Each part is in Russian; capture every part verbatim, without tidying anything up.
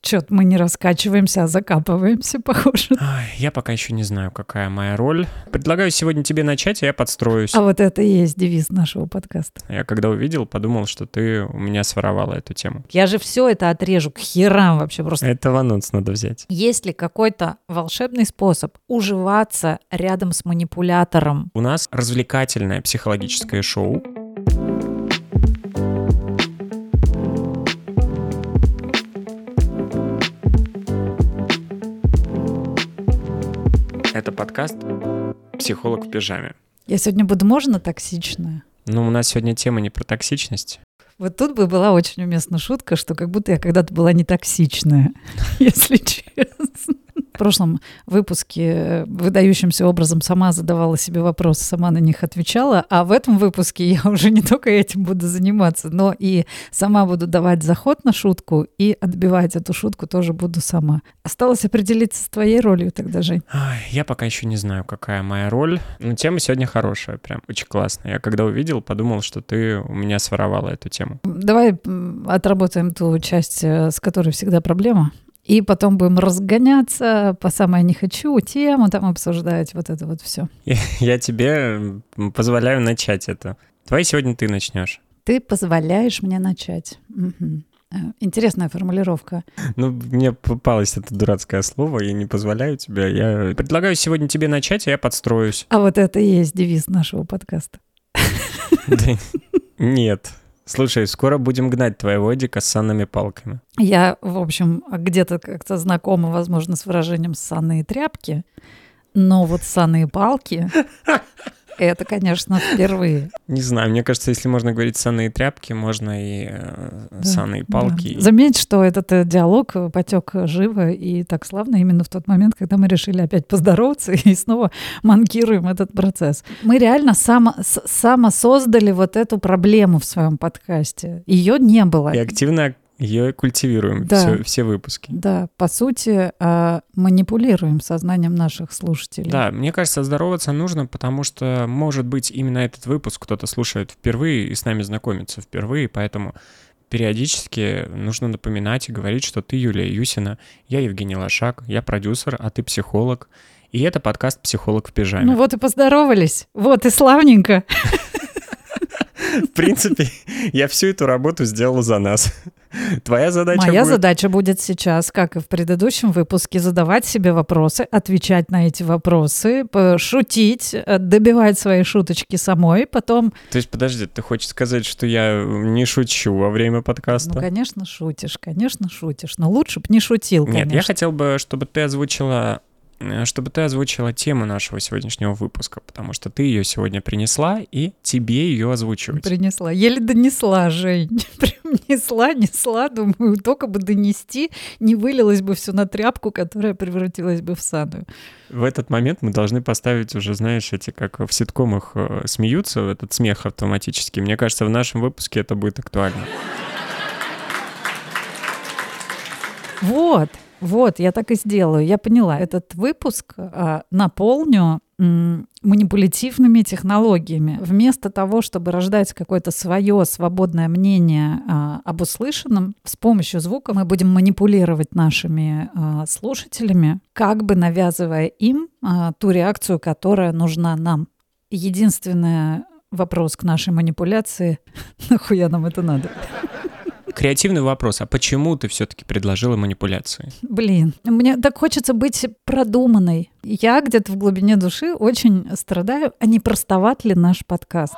Чё-то мы не раскачиваемся, а закапываемся, похоже. Ай, я пока еще не знаю, какая моя роль. Предлагаю сегодня тебе начать, а я подстроюсь. А вот это и есть девиз нашего подкаста. Я когда увидел, подумал, что ты у меня своровала эту тему. Я же все это отрежу к херам вообще просто. Это в анонс надо взять. Есть ли какой-то волшебный способ уживаться рядом с манипулятором? У нас развлекательное психологическое шоу. Это подкаст «Психолог в пижаме». Я сегодня буду, можно, токсичная? Ну, у нас сегодня тема не про токсичность. Вот тут бы была очень уместна шутка, что как будто я когда-то была не токсичная, если честно. В прошлом выпуске выдающимся образом сама задавала себе вопросы, сама на них отвечала, а в этом выпуске я уже не только этим буду заниматься, но и сама буду давать заход на шутку, и отбивать эту шутку тоже буду сама. Осталось определиться с твоей ролью тогда, Жень. Ай, я пока еще не знаю, какая моя роль. Но тема сегодня хорошая, прям очень классная. Я когда увидел, подумал, что ты у меня своровала эту тему. Давай отработаем ту часть, с которой всегда проблема. И потом будем разгоняться по самое не хочу, тему там обсуждать, вот это вот все. Я, я тебе позволяю начать это. Давай сегодня ты начнешь. Ты позволяешь мне начать. Угу. Интересная формулировка. Ну, мне попалось это дурацкое слово, я не позволяю тебе. Я предлагаю сегодня тебе начать, а я подстроюсь. А вот это и есть девиз нашего подкаста. Нет. Слушай, скоро будем гнать твоего Эдика с санными палками. Я, в общем, где-то как-то знакома, возможно, с выражением «ссаные тряпки», но вот «ссаные палки» — это, конечно, впервые. Не знаю, мне кажется, если можно говорить «ссаные тряпки», можно и э, да, «ссаные палки». Да. Заметь, что этот диалог потек живо и так славно именно в тот момент, когда мы решили опять поздороваться и снова манкируем этот процесс. Мы реально само, самосоздали вот эту проблему в своем подкасте. Ее не было. И активно ее культивируем, да. все, все выпуски. Да, по сути, манипулируем сознанием наших слушателей. Да, мне кажется, здороваться нужно, потому что, может быть, именно этот выпуск кто-то слушает впервые и с нами знакомится впервые, поэтому периодически нужно напоминать и говорить, что ты Юлия Юсина, я Евгений Лошак, я продюсер, а ты психолог, и это подкаст «Психолог в пижаме». Ну вот и поздоровались, вот и славненько. В принципе, я всю эту работу сделал за нас. Твоя задача Моя будет... задача будет сейчас, как и в предыдущем выпуске, задавать себе вопросы, отвечать на эти вопросы, шутить, добивать свои шуточки самой, потом... То есть, подожди, ты хочешь сказать, что я не шучу во время подкаста? Ну, конечно, шутишь, конечно, шутишь, но лучше бы не шутил, конечно. Нет, я хотел бы, чтобы ты озвучила... чтобы ты озвучила тему нашего сегодняшнего выпуска, потому что ты ее сегодня принесла, и тебе ее озвучивать. Принесла. Еле донесла, Жень. Прям несла, несла, думаю, только бы донести, не вылилось бы все на тряпку, которая превратилась бы в саную. В этот момент мы должны поставить уже, знаешь, эти, как в ситкомах смеются, этот смех автоматически. Мне кажется, в нашем выпуске это будет актуально. Вот. Вот, я так и сделаю. Я поняла. Этот выпуск а, наполню м, манипулятивными технологиями. Вместо того, чтобы рождать какое-то свое свободное мнение а, об услышанном, с помощью звука мы будем манипулировать нашими а, слушателями, как бы навязывая им а, ту реакцию, которая нужна нам. Единственный вопрос к нашей манипуляции — нахуя нам это надо? Креативный вопрос. А почему ты все-таки предложила манипуляции? Блин, мне так хочется быть продуманной. Я где-то в глубине души очень страдаю, а не простоват ли наш подкаст?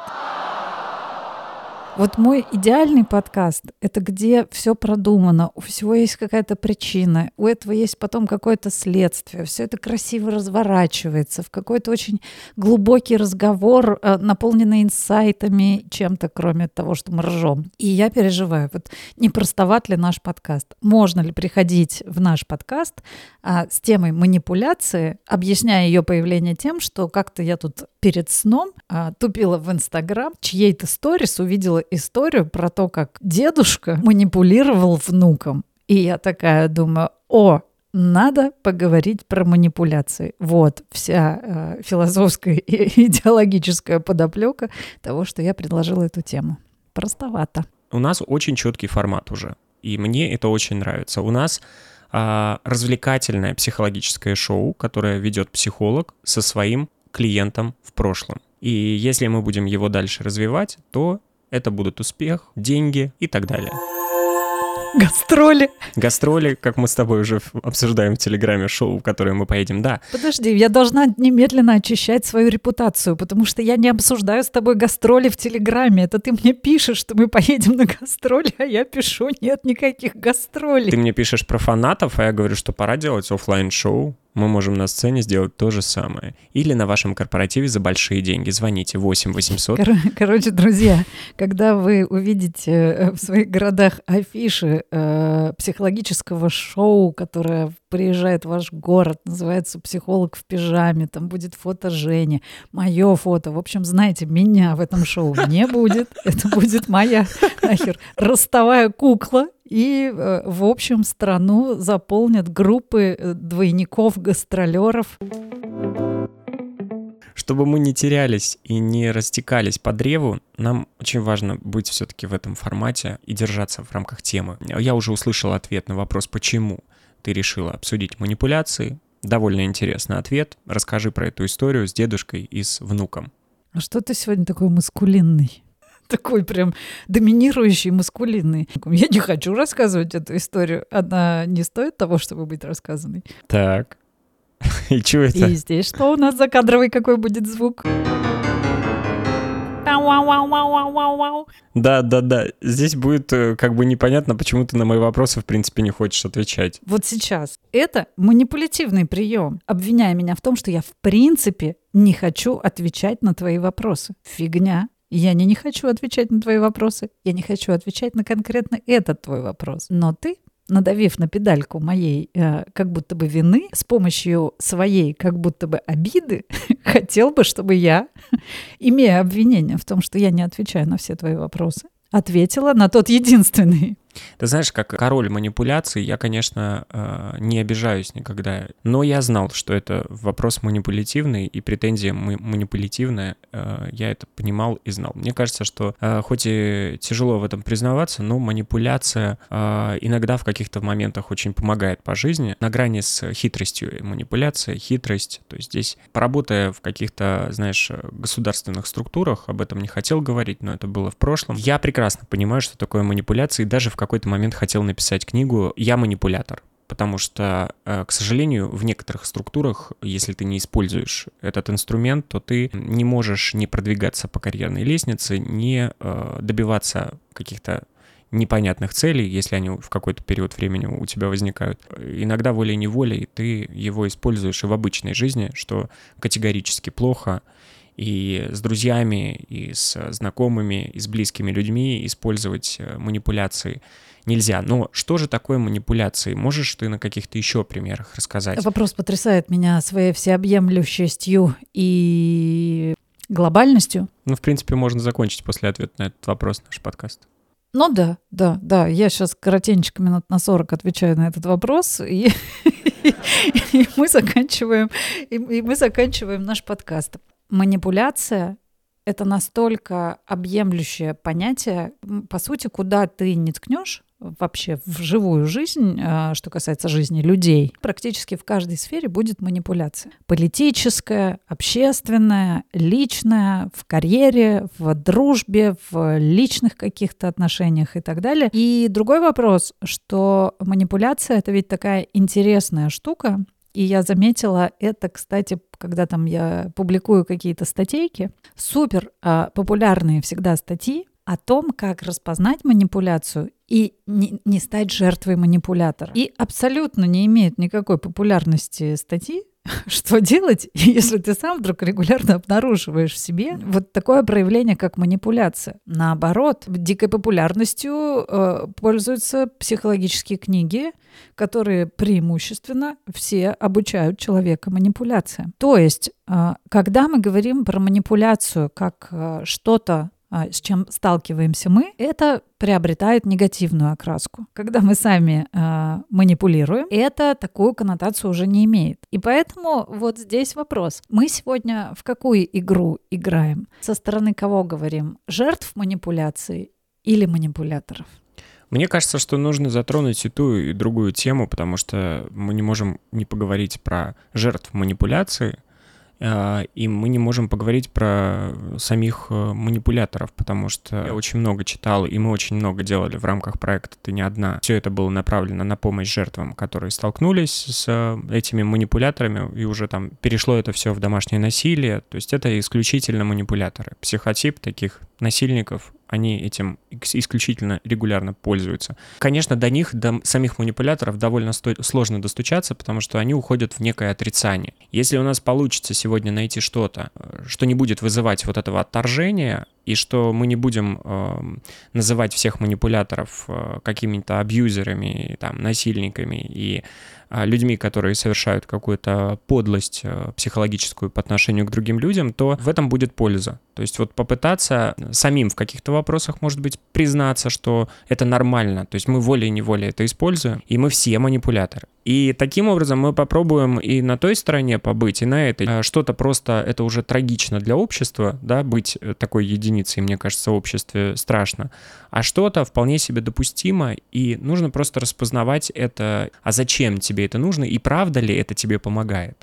Вот мой идеальный подкаст — это где все продумано, у всего есть какая-то причина, у этого есть потом какое-то следствие, все это красиво разворачивается в какой-то очень глубокий разговор, наполненный инсайтами, чем-то, кроме того, что мы ржем. И я переживаю, вот не простоват ли наш подкаст? Можно ли приходить в наш подкаст а, с темой манипуляции, объясняя ее появление тем, что как-то я тут перед сном а, тупила в Инстаграм, чьей-то сторис увидела историю про то, как дедушка манипулировал внуком. И я такая думаю, о, надо поговорить про манипуляции. Вот вся э, философская и идеологическая подоплека того, что я предложила эту тему. Простовато. У нас очень четкий формат уже, и мне это очень нравится. У нас а, развлекательное психологическое шоу, которое ведет психолог со своим клиентом в прошлом. И если мы будем его дальше развивать, то это будут успех, деньги и так далее. Гастроли. Гастроли, как мы с тобой уже обсуждаем в Телеграме, шоу, в которое мы поедем, да. Подожди, я должна немедленно очищать свою репутацию, потому что я не обсуждаю с тобой гастроли в Телеграме. Это ты мне пишешь, что мы поедем на гастроли, а я пишу, нет никаких гастролей. Ты мне пишешь про фанатов, а я говорю, что пора делать офлайн-шоу. Мы можем на сцене сделать то же самое. Или на вашем корпоративе за большие деньги. Звоните восемь восемьсот. Кор- короче, друзья, когда вы увидите в своих городах афиши э, психологического шоу, которое приезжает в ваш город, называется «Психолог в пижаме», там будет фото Жени, мое фото. В общем, знаете, меня в этом шоу не будет. Это будет моя нахер ростовая кукла. И, э, в общем, страну заполнят группы э, двойников-гастролеров. Чтобы мы не терялись и не растекались по древу, нам очень важно быть все-таки в этом формате и держаться в рамках темы. Я уже услышал ответ на вопрос, почему ты решила обсудить манипуляции. Довольно интересный ответ. Расскажи про эту историю с дедушкой и с внуком. А что ты сегодня такой маскулинный? Такой прям доминирующий, маскулинный. Я не хочу рассказывать эту историю. Она не стоит того, чтобы быть рассказанной. Так. И что это? И здесь что у нас за кадровый какой будет звук? Да, да, да. Здесь будет как бы непонятно, почему ты на мои вопросы в принципе не хочешь отвечать. Вот сейчас. Это манипулятивный прием, обвиняя меня в том, что я в принципе не хочу отвечать на твои вопросы. Фигня. Я не, не хочу отвечать на твои вопросы. Я не хочу отвечать на конкретно этот твой вопрос. Но ты, надавив на педальку моей э, как будто бы вины, с помощью своей как будто бы обиды, хотел бы, чтобы я, имея обвинение в том, что я не отвечаю на все твои вопросы, ответила на тот единственный. Ты знаешь, как король манипуляций, я, конечно, не обижаюсь никогда, но я знал, что это вопрос манипулятивный, и претензия манипулятивная, я это понимал и знал. Мне кажется, что хоть и тяжело в этом признаваться, но манипуляция иногда в каких-то моментах очень помогает по жизни, на грани с хитростью. Манипуляция, хитрость, то есть здесь, поработая в каких-то, знаешь, государственных структурах, об этом не хотел говорить, но это было в прошлом, я прекрасно понимаю, что такое манипуляция, и даже в В какой-то момент хотел написать книгу «Я манипулятор», потому что, к сожалению, в некоторых структурах, если ты не используешь этот инструмент, то ты не можешь не продвигаться по карьерной лестнице, не добиваться каких-то непонятных целей, если они в какой-то период времени у тебя возникают. Иногда волей-неволей ты его используешь и в обычной жизни, что категорически плохо. И с друзьями, и с знакомыми, и с близкими людьми использовать манипуляции нельзя. Но что же такое манипуляции? Можешь ты на каких-то еще примерах рассказать? Вопрос потрясает меня своей всеобъемлющестью и глобальностью. Ну, в принципе, можно закончить после ответа на этот вопрос наш подкаст. Ну да, да, да. Я сейчас коротенько минут на сорок отвечаю на этот вопрос, и, и мы заканчиваем, и, и мы заканчиваем наш подкаст. Манипуляция — это настолько объемлющее понятие, по сути, куда ты не ткнешь вообще в живую жизнь, что касается жизни людей, практически в каждой сфере будет манипуляция. Политическая, общественная, личная, в карьере, в дружбе, в личных каких-то отношениях и так далее. И другой вопрос, что манипуляция — это ведь такая интересная штука. И я заметила это, кстати, когда там я публикую какие-то статейки, супер а, популярные всегда статьи о том, как распознать манипуляцию и не, не стать жертвой манипулятора. И абсолютно не имеют никакой популярности статьи, что делать, если ты сам вдруг регулярно обнаруживаешь в себе вот такое проявление, как манипуляция. Наоборот, дикой популярностью э, пользуются психологические книги, которые преимущественно все обучают человека манипуляциям. То есть, э, когда мы говорим про манипуляцию как э, что-то, с чем сталкиваемся мы, это приобретает негативную окраску. Когда мы сами э, манипулируем, это такую коннотацию уже не имеет. И поэтому вот здесь вопрос. Мы сегодня в какую игру играем? Со стороны кого говорим? Жертв манипуляции или манипуляторов? Мне кажется, что нужно затронуть и ту, и другую тему, потому что мы не можем не поговорить про жертв манипуляции, и мы не можем поговорить про самих манипуляторов, потому что я очень много читал, и мы очень много делали в рамках проекта «Ты не одна». Все это было направлено на помощь жертвам, которые столкнулись с этими манипуляторами, и уже там перешло это все в домашнее насилие. То есть это исключительно манипуляторы. Психотип таких насильников, они этим исключительно регулярно пользуются. Конечно, до них, до самих манипуляторов довольно сто- сложно достучаться, потому что они уходят в некое отрицание. Если у нас получится сегодня найти что-то, что не будет вызывать вот этого отторжения, и что мы не будем э, называть всех манипуляторов э, какими-то абьюзерами, там, насильниками и э, людьми, которые совершают какую-то подлость э, психологическую по отношению к другим людям, то в этом будет польза. То есть вот попытаться самим в каких-то вопросах, может быть, признаться, что это нормально. То есть мы волей-неволей это используем, и мы все манипуляторы. И таким образом мы попробуем и на той стороне побыть, и на этой. Что-то просто, это уже трагично для общества, да, быть такой единицей, мне кажется, в обществе страшно. А что-то вполне себе допустимо, и нужно просто распознавать это, а зачем тебе это нужно, и правда ли это тебе помогает.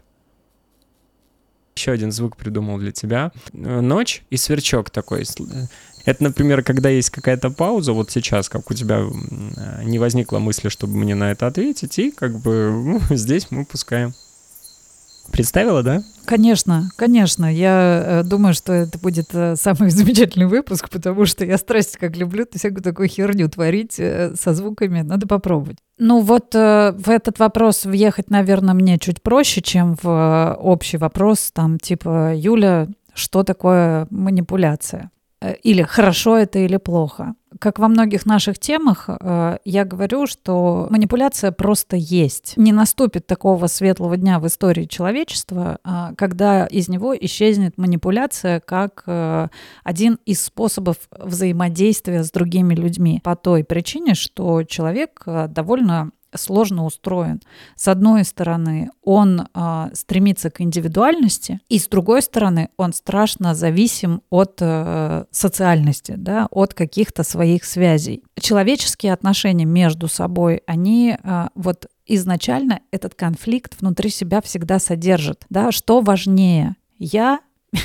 Еще один звук придумал для тебя. Ночь и сверчок такой. Это, например, когда есть какая-то пауза, вот сейчас, как у тебя не возникла мысли, чтобы мне на это ответить, и как бы ну, здесь мы пускаем. Представила, да? Конечно, конечно. Я э, думаю, что это будет э, самый замечательный выпуск, потому что я страсть как люблю всякую такую херню творить э, со звуками. Надо попробовать. Ну вот э, в этот вопрос въехать, наверное, мне чуть проще, чем в э, общий вопрос, там типа, Юля, что такое манипуляция? Или хорошо это, или плохо. Как во многих наших темах, я говорю, что манипуляция просто есть. Не наступит такого светлого дня в истории человечества, когда из него исчезнет манипуляция как один из способов взаимодействия с другими людьми. По той причине, что человек довольно сложно устроен. С одной стороны, он э, стремится к индивидуальности, и с другой стороны, он страшно зависим от э, социальности, да, от каких-то своих связей. Человеческие отношения между собой, они э, вот изначально этот конфликт внутри себя всегда содержат. Да? Что важнее, я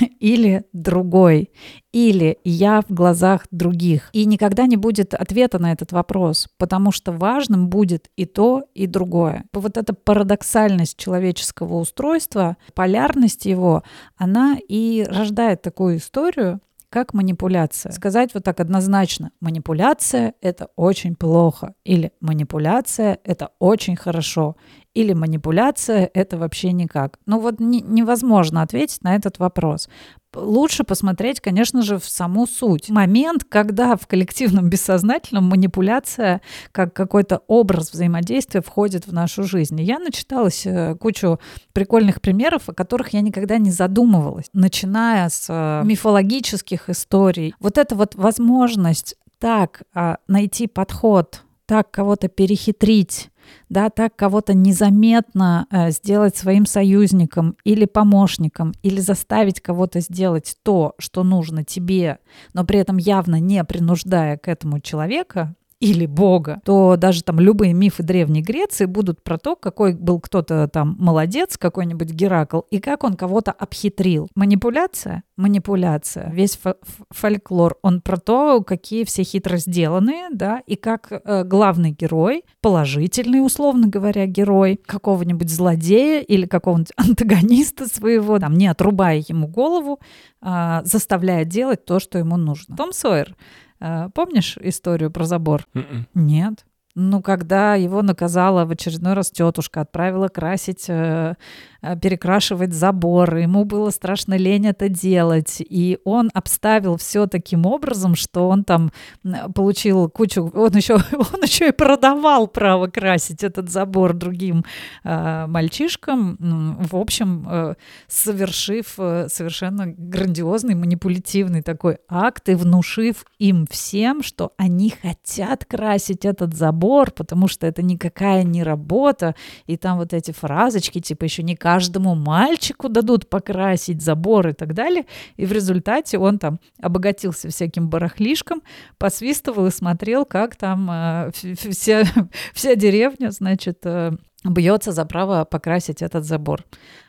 или другой, или я в глазах других. И никогда не будет ответа на этот вопрос, потому что важным будет и то, и другое. Вот эта парадоксальность человеческого устройства, полярность его, она и рождает такую историю, как манипуляция. Сказать вот так однозначно: манипуляция — это очень плохо, или манипуляция — это очень хорошо, или манипуляция — это вообще никак. Ну вот не, невозможно ответить на этот вопрос. Лучше посмотреть, конечно же, в саму суть. Момент, когда в коллективном бессознательном манипуляция как какой-то образ взаимодействия входит в нашу жизнь. И я начиталась кучу прикольных примеров, о которых я никогда не задумывалась. Начиная с мифологических историй. Вот эта вот возможность так найти подход, так кого-то перехитрить, да, так кого-то незаметно э, сделать своим союзником или помощником, или заставить кого-то сделать то, что нужно тебе, но при этом явно не принуждая к этому человека или Бога, то даже там любые мифы Древней Греции будут про то, какой был кто-то там молодец, какой-нибудь Геракл, и как он кого-то обхитрил. Манипуляция? Манипуляция. Весь ф- фольклор, он про то, какие все хитро сделанные, да, и как э, главный герой, положительный, условно говоря, герой какого-нибудь злодея или какого-нибудь антагониста своего, там, не отрубая ему голову, э, заставляет делать то, что ему нужно. Том Сойер. Помнишь историю про забор? Mm-mm. Нет. Ну, когда его наказала в очередной раз тетушка, отправила красить, э, перекрашивать забор, ему было страшно лень это делать, и он обставил все таким образом, что он там получил кучу, он еще, он еще и продавал право красить этот забор другим э, мальчишкам, в общем, э, совершив э, совершенно грандиозный манипулятивный такой акт и внушив им всем, что они хотят красить этот забор, забор, потому что это никакая не работа, и там вот эти фразочки, типа еще не каждому мальчику дадут покрасить забор и так далее, и в результате он там обогатился всяким барахлишком, посвистывал и смотрел, как там э, вся, вся деревня, значит, э, бьется за право покрасить этот забор.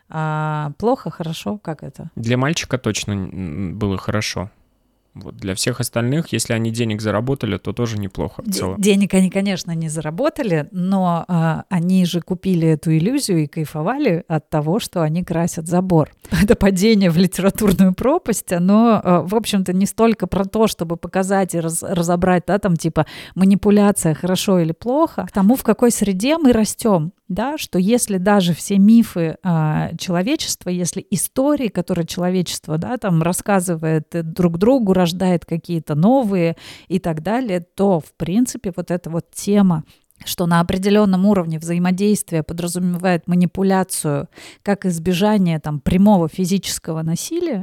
А плохо, хорошо, как это? Для мальчика точно было хорошо. Вот для всех остальных, если они денег заработали, то тоже неплохо в целом. Денег они, конечно, не заработали, но а, они же купили эту иллюзию и кайфовали от того, что они красят забор. Это падение в литературную пропасть, оно, а, в общем-то, не столько про то, чтобы показать и раз, разобрать, да, там типа манипуляция хорошо или плохо, к тому, в какой среде мы растем. Да, что если даже все мифы э, человечества, если истории, которые человечество, да, там рассказывает друг другу, рождает какие-то новые и так далее, то, в принципе, вот эта вот тема, что на определенном уровне взаимодействия подразумевает манипуляцию как избежание там прямого физического насилия,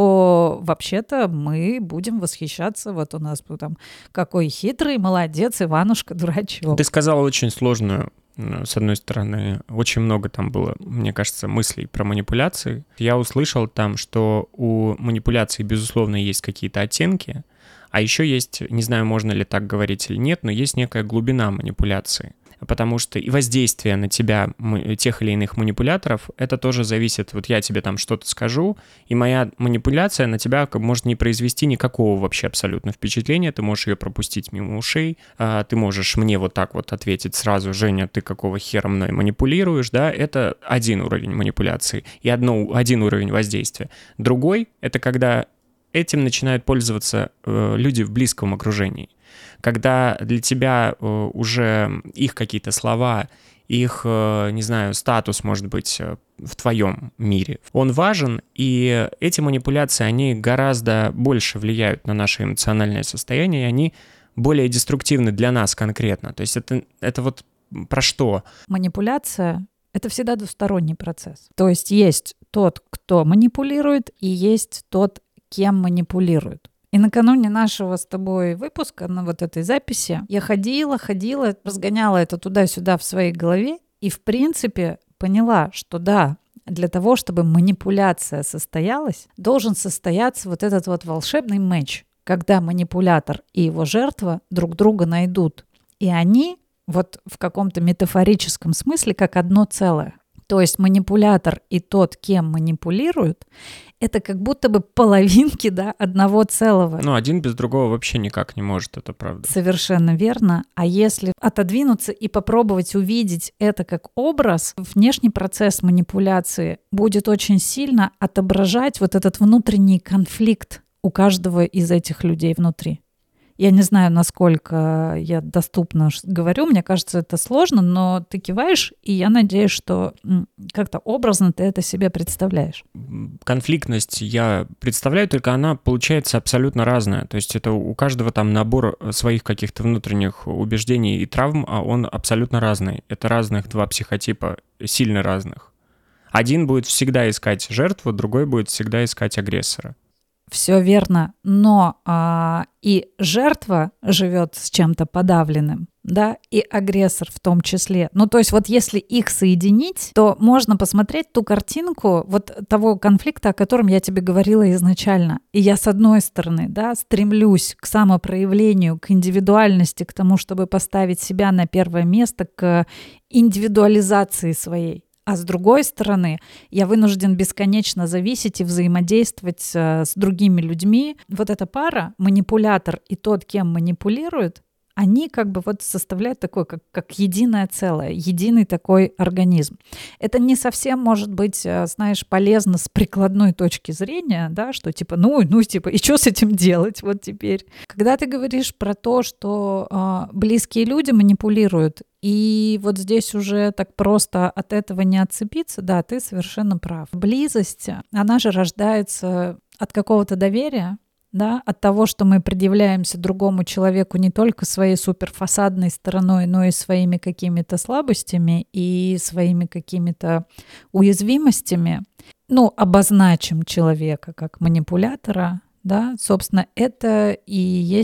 то вообще-то мы будем восхищаться. Вот у нас там какой хитрый, молодец, Иванушка, дурачок. Ты сказала очень сложную. С одной стороны, очень много там было, мне кажется, мыслей про манипуляции. Я услышал там, что у манипуляций, безусловно, есть какие-то оттенки, а еще есть, не знаю, можно ли так говорить или нет, но есть некая глубина манипуляции. Потому что и воздействие на тебя тех или иных манипуляторов, это тоже зависит. Вот я тебе там что-то скажу, и моя манипуляция на тебя может не произвести никакого вообще абсолютно впечатления. Ты можешь ее пропустить мимо ушей, ты можешь мне вот так вот ответить сразу: Женя, ты какого хера мной манипулируешь, да? Это один уровень манипуляции и одно, один уровень воздействия. Другой — это когда этим начинают пользоваться э, люди в близком окружении. Когда для тебя э, уже их какие-то слова, их, э, не знаю, статус, может быть, э, в твоем мире, он важен, и эти манипуляции, они гораздо больше влияют на наше эмоциональное состояние, и они более деструктивны для нас конкретно. То есть это, это вот про что? Манипуляция — это всегда двусторонний процесс. То есть есть тот, кто манипулирует, и есть тот, кем манипулируют. И накануне нашего с тобой выпуска, на вот этой записи, я ходила, ходила, разгоняла это туда-сюда в своей голове и, в принципе, поняла, что да, для того, чтобы манипуляция состоялась, должен состояться вот этот вот волшебный матч, когда манипулятор и его жертва друг друга найдут. И они вот в каком-то метафорическом смысле как одно целое. То есть манипулятор и тот, кем манипулируют, это как будто бы половинки, да, одного целого. Ну, один без другого вообще никак не может, это правда. Совершенно верно. А если отодвинуться и попробовать увидеть это как образ, внешний процесс манипуляции будет очень сильно отображать вот этот внутренний конфликт у каждого из этих людей внутри. Я не знаю, насколько я доступно говорю, мне кажется, это сложно, но ты киваешь, и я надеюсь, что как-то образно ты это себе представляешь. Конфликтность я представляю, только она получается абсолютно разная. То есть это у каждого там набор своих каких-то внутренних убеждений и травм, а он абсолютно разный. Это разных два психотипа, сильно разных. Один будет всегда искать жертву, другой будет всегда искать агрессора. Все верно, но а, и жертва живет с чем-то подавленным, да, и агрессор в том числе. Ну, то есть вот если их соединить, то можно посмотреть ту картинку вот того конфликта, о котором я тебе говорила изначально. И я, с одной стороны, да, стремлюсь к самопроявлению, к индивидуальности, к тому, чтобы поставить себя на первое место, к индивидуализации своей. А с другой стороны, я вынужден бесконечно зависеть и взаимодействовать с другими людьми. Вот эта пара, манипулятор и тот, кем манипулирует, они как бы вот составляют такое, как, как единое целое, единый такой организм. Это не совсем может быть, знаешь, полезно с прикладной точки зрения, да, что типа, ну, ну, типа, и что с этим делать вот теперь? Когда ты говоришь про то, что э, близкие люди манипулируют, и вот здесь уже так просто от этого не отцепиться, да, ты совершенно прав. Близость, она же рождается от какого-то доверия, да, от того, что мы предъявляемся другому человеку не только своей суперфасадной стороной, но и своими какими-то слабостями и своими какими-то уязвимостями. Ну, обозначим человека как манипулятора, да, собственно, это и есть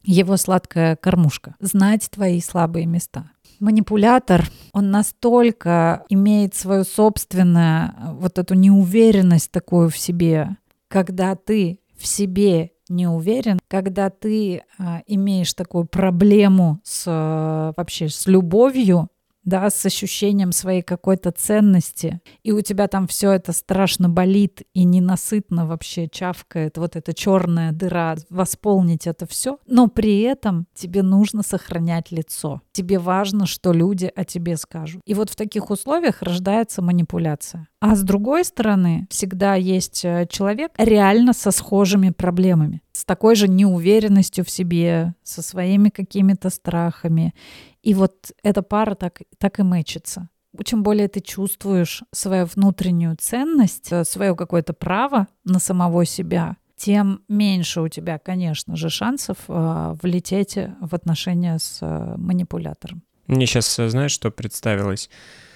его сладкая кормушка. Знать твои слабые места. Манипулятор, он настолько имеет свою собственную вот эту неуверенность такую в себе, когда ты в себе не уверен, когда ты а, имеешь такую проблему с а, вообще с любовью, да, с ощущением своей какой-то ценности, и у тебя там все это страшно болит и ненасытно вообще чавкает, вот эта черная дыра, восполнить это все, но при этом тебе нужно сохранять лицо. Тебе важно, что люди о тебе скажут. И вот в таких условиях рождается манипуляция. А с другой стороны, всегда есть человек реально со схожими проблемами, с такой же неуверенностью в себе, со своими какими-то страхами. И вот эта пара так, так и мэчится. Чем более ты чувствуешь свою внутреннюю ценность, свое какое-то право на самого себя, тем меньше у тебя, конечно же, шансов э, влететь в отношения с э, манипулятором. Мне сейчас, знаешь, что представилось?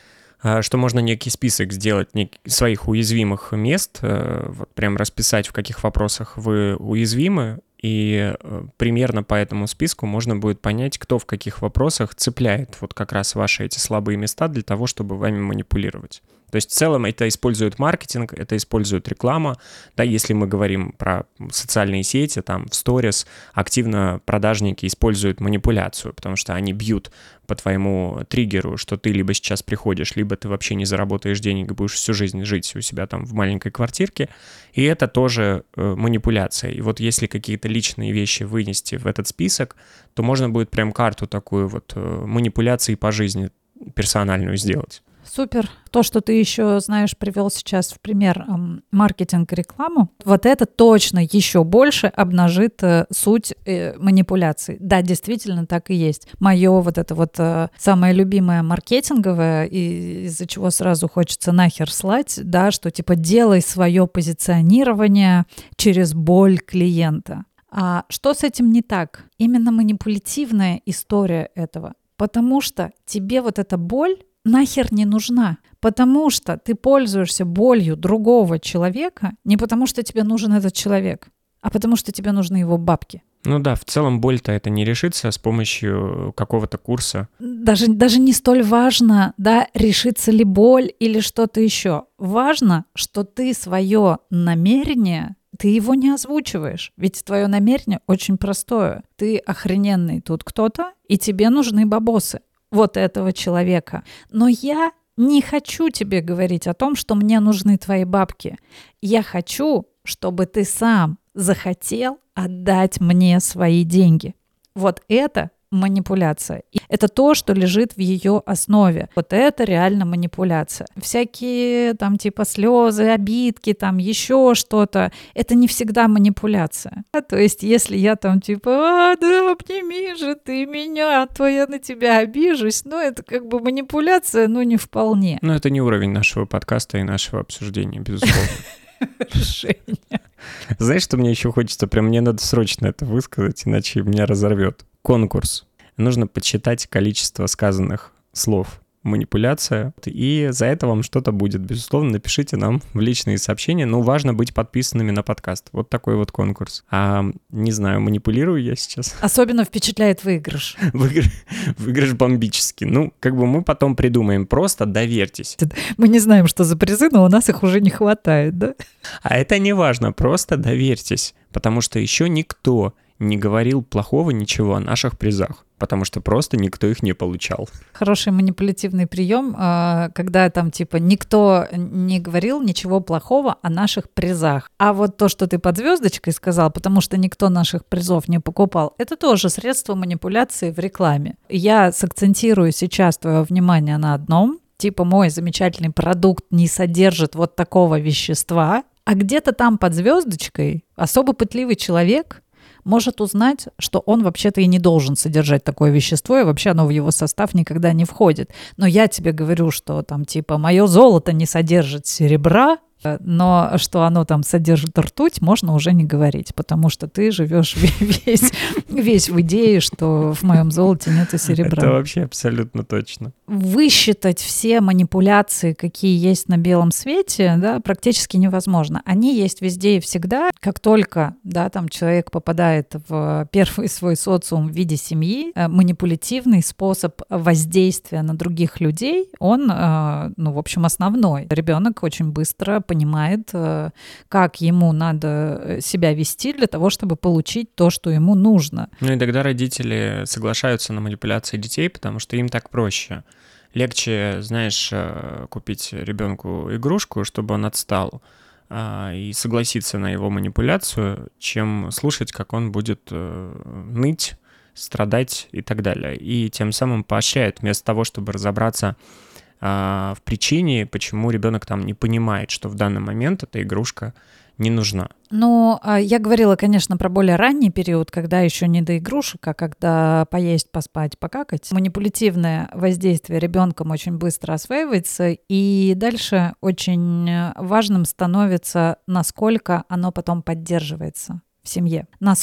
Что можно некий список сделать некий, своих уязвимых мест, вот прям расписать, в каких вопросах вы уязвимы, и примерно по этому списку можно будет понять, кто в каких вопросах цепляет вот как раз ваши эти слабые места для того, чтобы вами манипулировать. То есть в целом это использует маркетинг, это использует реклама. Да, если мы говорим про социальные сети, там в сторис активно продажники используют манипуляцию, потому что они бьют по твоему триггеру, что ты либо сейчас приходишь, либо ты вообще не заработаешь денег и будешь всю жизнь жить у себя там в маленькой квартирке. И это тоже э, манипуляция. И вот если какие-то личные вещи вынести в этот список, то можно будет прям карту такую вот э, манипуляции по жизни персональную сделать. Супер. То, что ты еще, знаешь, привел сейчас в пример эм, маркетинг и рекламу, вот это точно еще больше обнажит э, суть э, манипуляций. Да, действительно так и есть. Мое вот это вот э, самое любимое маркетинговое, и из-за чего сразу хочется нахер слать, да, что типа делай свое позиционирование через боль клиента. А что с этим не так? Именно манипулятивная история этого. Потому что тебе вот эта боль нахер не нужна, потому что ты пользуешься болью другого человека не потому, что тебе нужен этот человек, а потому что тебе нужны его бабки. Ну да, в целом боль-то это не решится с помощью какого-то курса. Даже, даже не столь важно, да, решится ли боль или что-то еще. Важно, что ты свое намерение, ты его не озвучиваешь. Ведь твое намерение очень простое. Ты охрененный тут кто-то, и тебе нужны бабосы вот этого человека. Но я не хочу тебе говорить о том, что мне нужны твои бабки. Я хочу, чтобы ты сам захотел отдать мне свои деньги. Вот это манипуляция. И это то, что лежит в ее основе. Вот это реально манипуляция. Всякие там типа слезы, обидки, там еще что-то. Это не всегда манипуляция. То есть если я там типа, а, да, обними же ты меня, то я на тебя обижусь. Ну, это как бы манипуляция, но не вполне. Ну, это не уровень нашего подкаста и нашего обсуждения, безусловно. Женя. Знаешь, что мне еще хочется? Прям мне надо срочно это высказать, иначе меня разорвет. Конкурс. Нужно подсчитать количество сказанных слов манипуляция, и за это вам что-то будет. Безусловно, напишите нам в личные сообщения, но важно быть подписанными на подкаст. Вот такой вот конкурс. А, не знаю, манипулирую я сейчас? Особенно впечатляет выигрыш. Выигрыш, выигрыш бомбический. Ну, как бы мы потом придумаем. Просто доверьтесь. Мы не знаем, что за призы, но у нас их уже не хватает, да? А это не важно, просто доверьтесь. Потому что еще никто не говорил плохого ничего о наших призах, потому что просто никто их не получал. Хороший манипулятивный прием, когда там типа никто не говорил ничего плохого о наших призах. А вот то, что ты под звездочкой сказал, потому что никто наших призов не покупал, это тоже средство манипуляции в рекламе. Я сакцентирую сейчас твое внимание на одном. Типа мой замечательный продукт не содержит вот такого вещества, а где-то там под звездочкой особо пытливый человек может узнать, что он вообще-то и не должен содержать такое вещество, и вообще оно в его состав никогда не входит. Но я тебе говорю, что там типа мое золото не содержит серебра, Но что оно там содержит ртуть, можно уже не говорить, потому что ты живешь весь, весь в идее, что в моем золоте нет и серебра. Это вообще абсолютно точно. Высчитать все манипуляции, какие есть на белом свете, да, практически невозможно. Они есть везде и всегда. Как только, да, там человек попадает в первый свой социум в виде семьи, манипулятивный способ воздействия на других людей, он, ну, в общем, основной. Ребенок очень быстро понимает, как ему надо себя вести для того, чтобы получить то, что ему нужно. Ну и тогда родители соглашаются на манипуляции детей, потому что им так проще. Легче, знаешь, купить ребенку игрушку, чтобы он отстал, и согласиться на его манипуляцию, чем слушать, как он будет ныть, страдать и так далее. И тем самым поощряет, вместо того, чтобы разобраться в причине, почему ребенок там не понимает, что в данный момент эта игрушка не нужна. Ну, я говорила, конечно, про более ранний период, когда еще не до игрушек, а когда поесть, поспать, покакать. Манипулятивное воздействие ребенком очень быстро осваивается, и дальше очень важным становится, насколько оно потом поддерживается в семье.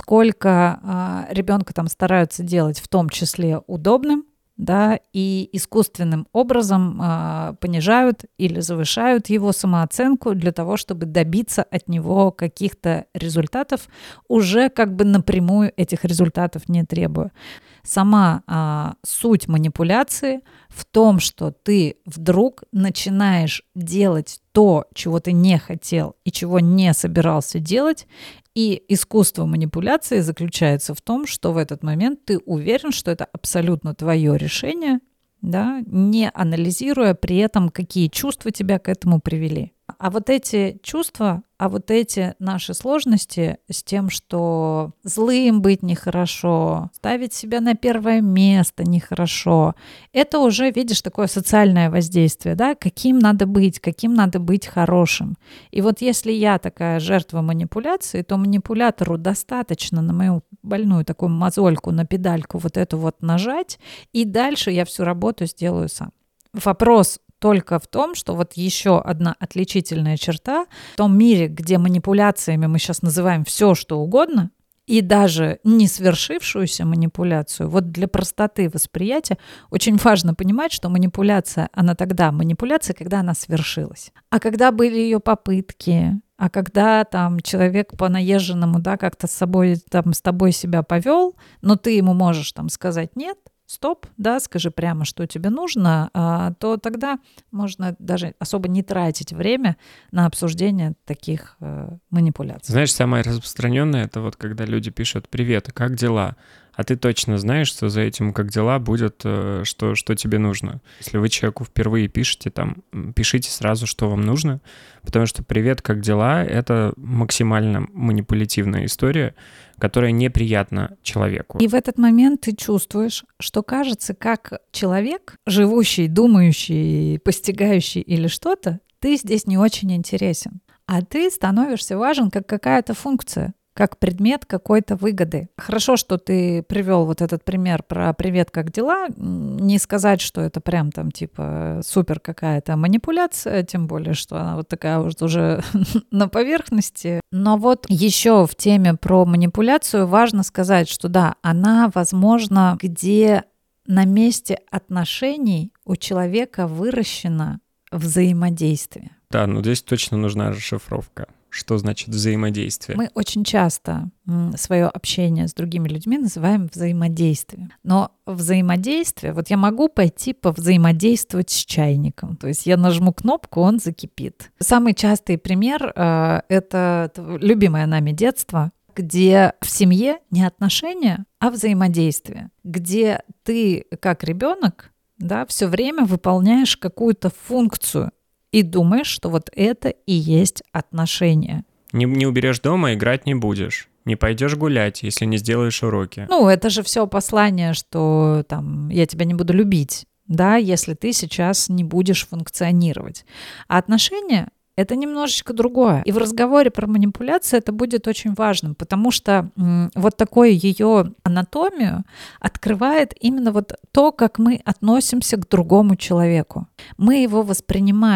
Насколько ребенка там стараются делать в том числе удобным, да, и искусственным образом э, понижают или завышают его самооценку для того, чтобы добиться от него каких-то результатов, уже как бы напрямую этих результатов не требуя. Сама э, суть манипуляции в том, что ты вдруг начинаешь делать то, чего ты не хотел и чего не собирался делать, и искусство манипуляции заключается в том, что в этот момент ты уверен, что это абсолютно твое решение, да, не анализируя при этом, какие чувства тебя к этому привели. А вот эти чувства, а вот эти наши сложности с тем, что злым быть нехорошо, ставить себя на первое место нехорошо, это уже, видишь, такое социальное воздействие, да, каким надо быть, каким надо быть хорошим. И вот если я такая жертва манипуляции, то манипулятору достаточно на мою больную такую мозольку, на педальку вот эту вот нажать, и дальше я всю работу сделаю сам. Вопрос только в том, что вот еще одна отличительная черта в том мире, где манипуляциями мы сейчас называем все, что угодно, и даже не свершившуюся манипуляцию, вот для простоты восприятия очень важно понимать, что манипуляция, она тогда манипуляция, когда она свершилась. А когда были ее попытки, а когда там человек по наезженному, да, как-то с собой, там, с тобой себя повел, но ты ему можешь там сказать «нет», стоп, да, скажи прямо, что тебе нужно, а, то тогда можно даже особо не тратить время на обсуждение таких э, манипуляций. Знаешь, самое распространенное — это вот когда люди пишут «Привет, как дела?», а ты точно знаешь, что за этим «как дела» будет, э, что, что тебе нужно. Если вы человеку впервые пишете, там, пишите сразу, что вам нужно, потому что «Привет, как дела?» — это максимально манипулятивная история, которая неприятна человеку. И в этот момент ты чувствуешь, что кажется, как человек, живущий, думающий, постигающий или что-то, ты здесь не очень интересен. А ты становишься важен как какая-то функция, как предмет какой-то выгоды. Хорошо, что ты привел вот этот пример про «привет, как дела». Не сказать, что это прям там типа супер какая-то манипуляция, тем более, что она вот такая вот уже на поверхности. Но вот еще в теме про манипуляцию важно сказать, что да, она возможна, где на месте отношений у человека выращено взаимодействие. Да, но здесь точно нужна расшифровка. Что значит взаимодействие? Мы очень часто свое общение с другими людьми называем взаимодействием. Но взаимодействие, вот я могу пойти повзаимодействовать с чайником. То есть я нажму кнопку, он закипит. Самый частый пример э, — это любимое нами детство, где в семье не отношения, а взаимодействие. Где ты, как ребенок, да, все время выполняешь какую-то функцию, и думаешь, что вот это и есть отношения. Не, не уберешь дома, играть не будешь. Не пойдешь гулять, если не сделаешь уроки. Ну, это же все послание, что там я тебя не буду любить, да, если ты сейчас не будешь функционировать. А отношения — это немножечко другое. И в разговоре про манипуляцию это будет очень важным, потому что м, вот такую ее анатомию открывает именно вот то, как мы относимся к другому человеку. Мы его воспринимаем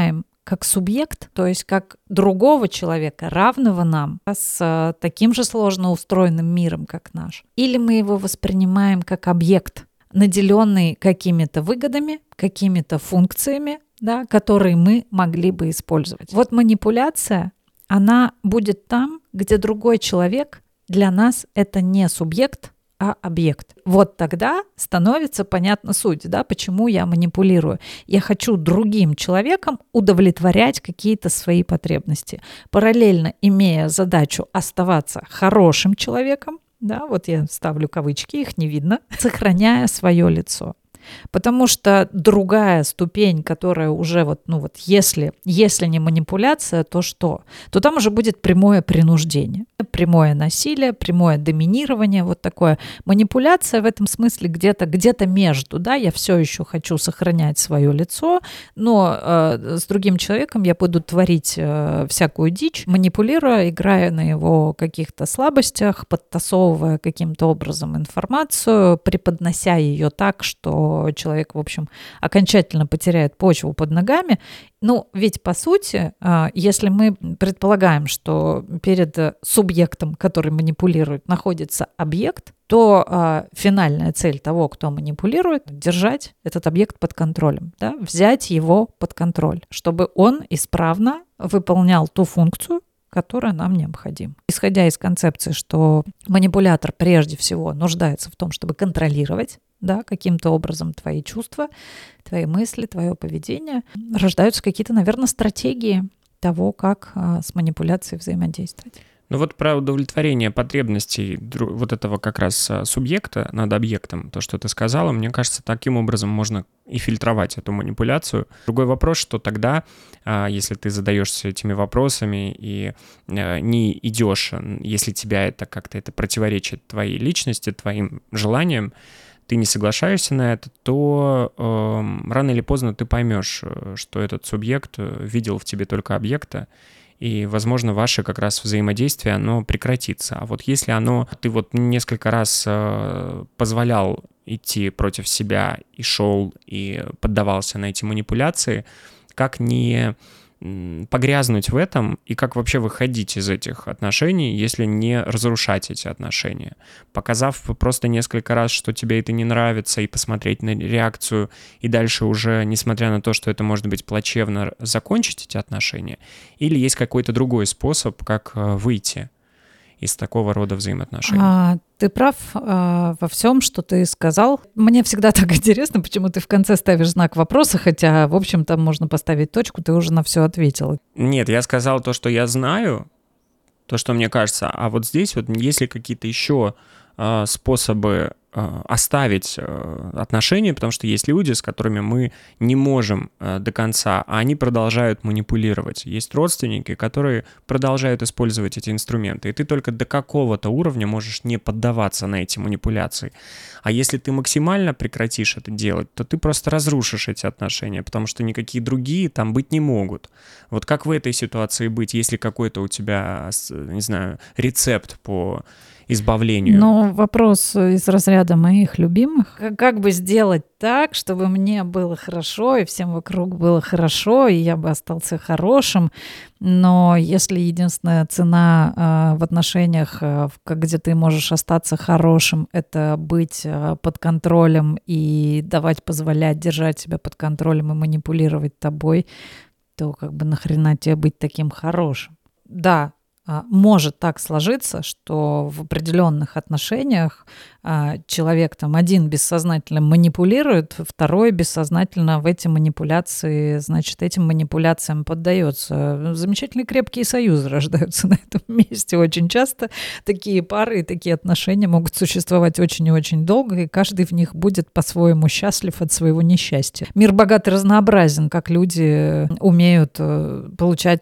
как субъект, то есть как другого человека, равного нам, с таким же сложно устроенным миром, как наш, или мы его воспринимаем как объект, наделенный какими-то выгодами, какими-то функциями, да, которые мы могли бы использовать. Вот манипуляция, она будет там, где другой человек для нас это не субъект, а объект. Вот тогда становится понятна суть, да, почему я манипулирую. Я хочу другим человеком удовлетворять какие-то свои потребности, параллельно имея задачу оставаться хорошим человеком, да, вот я ставлю кавычки, их не видно, сохраняя свое лицо. Потому что другая ступень, которая уже вот, ну вот, если, если не манипуляция, то что? То там уже будет прямое принуждение, прямое насилие, прямое доминирование, вот такое. Манипуляция в этом смысле где-то, где-то между, да, я все еще хочу сохранять свое лицо, но э, с другим человеком я буду творить э, всякую дичь, манипулируя, играя на его каких-то слабостях, подтасовывая каким-то образом информацию, преподнося ее так, что человек, в общем, окончательно потеряет почву под ногами. Ну, ведь по сути, если мы предполагаем, что перед субъектом, который манипулирует, находится объект, то финальная цель того, кто манипулирует, держать этот объект под контролем, да? Взять его под контроль, чтобы он исправно выполнял ту функцию, которая нам необходима. Исходя из концепции, что манипулятор прежде всего нуждается в том, чтобы контролировать, да, каким-то образом твои чувства, твои мысли, твое поведение, рождаются какие-то, наверное, стратегии того, как а, с манипуляцией взаимодействовать. Ну вот про удовлетворение потребностей вот этого как раз субъекта над объектом, то, что ты сказала, мне кажется, таким образом можно и фильтровать эту манипуляцию. Другой вопрос, что тогда, если ты задаешься этими вопросами и не идешь, если тебя это как-то это противоречит твоей личности, твоим желаниям, ты не соглашаешься на это, то э, рано или поздно ты поймешь, что этот субъект видел в тебе только объекта, и, возможно, ваше как раз взаимодействие, оно прекратится. А вот если оно, ты вот несколько раз э, позволял идти против себя и шел, и поддавался на эти манипуляции, как не погрязнуть в этом и как вообще выходить из этих отношений, если не разрушать эти отношения. Показав просто несколько раз, что тебе это не нравится, и посмотреть на реакцию, и дальше уже, несмотря на то, что это может быть плачевно, закончить эти отношения, или есть какой-то другой способ, как выйти из такого рода взаимоотношений? А, ты прав а, во всем, что ты сказал. Мне всегда так интересно, почему ты в конце ставишь знак вопроса, хотя, в общем, там можно поставить точку, ты уже на все ответил. Нет, я сказал то, что я знаю, то, что мне кажется, а вот здесь вот есть ли какие-то еще а, способы а, оставить а, отношения, потому что есть люди, с которыми мы не можем а, до конца, а они продолжают манипулировать. Есть родственники, которые продолжают использовать эти инструменты, и ты только до какого-то уровня можешь не поддаваться на эти манипуляции. А если ты максимально прекратишь это делать, то ты просто разрушишь эти отношения, потому что никакие другие там быть не могут. Вот как в этой ситуации быть, если какой-то у тебя, не знаю, рецепт по избавлению? Ну, вопрос из разряда моих любимых. Как бы сделать так, чтобы мне было хорошо, и всем вокруг было хорошо, и я бы остался хорошим. Но если единственная цена э, в отношениях, э, где ты можешь остаться хорошим, это быть э, под контролем и давать, позволять держать себя под контролем и манипулировать тобой, то как бы нахрена тебе быть таким хорошим? Да, может так сложиться, что в определенных отношениях человек там один бессознательно манипулирует, второй бессознательно в эти манипуляции, значит, этим манипуляциям поддается. Замечательные крепкие союзы рождаются на этом месте. Очень часто такие пары и такие отношения могут существовать очень и очень долго, и каждый в них будет по-своему счастлив от своего несчастья. Мир богат и разнообразен, как люди умеют получать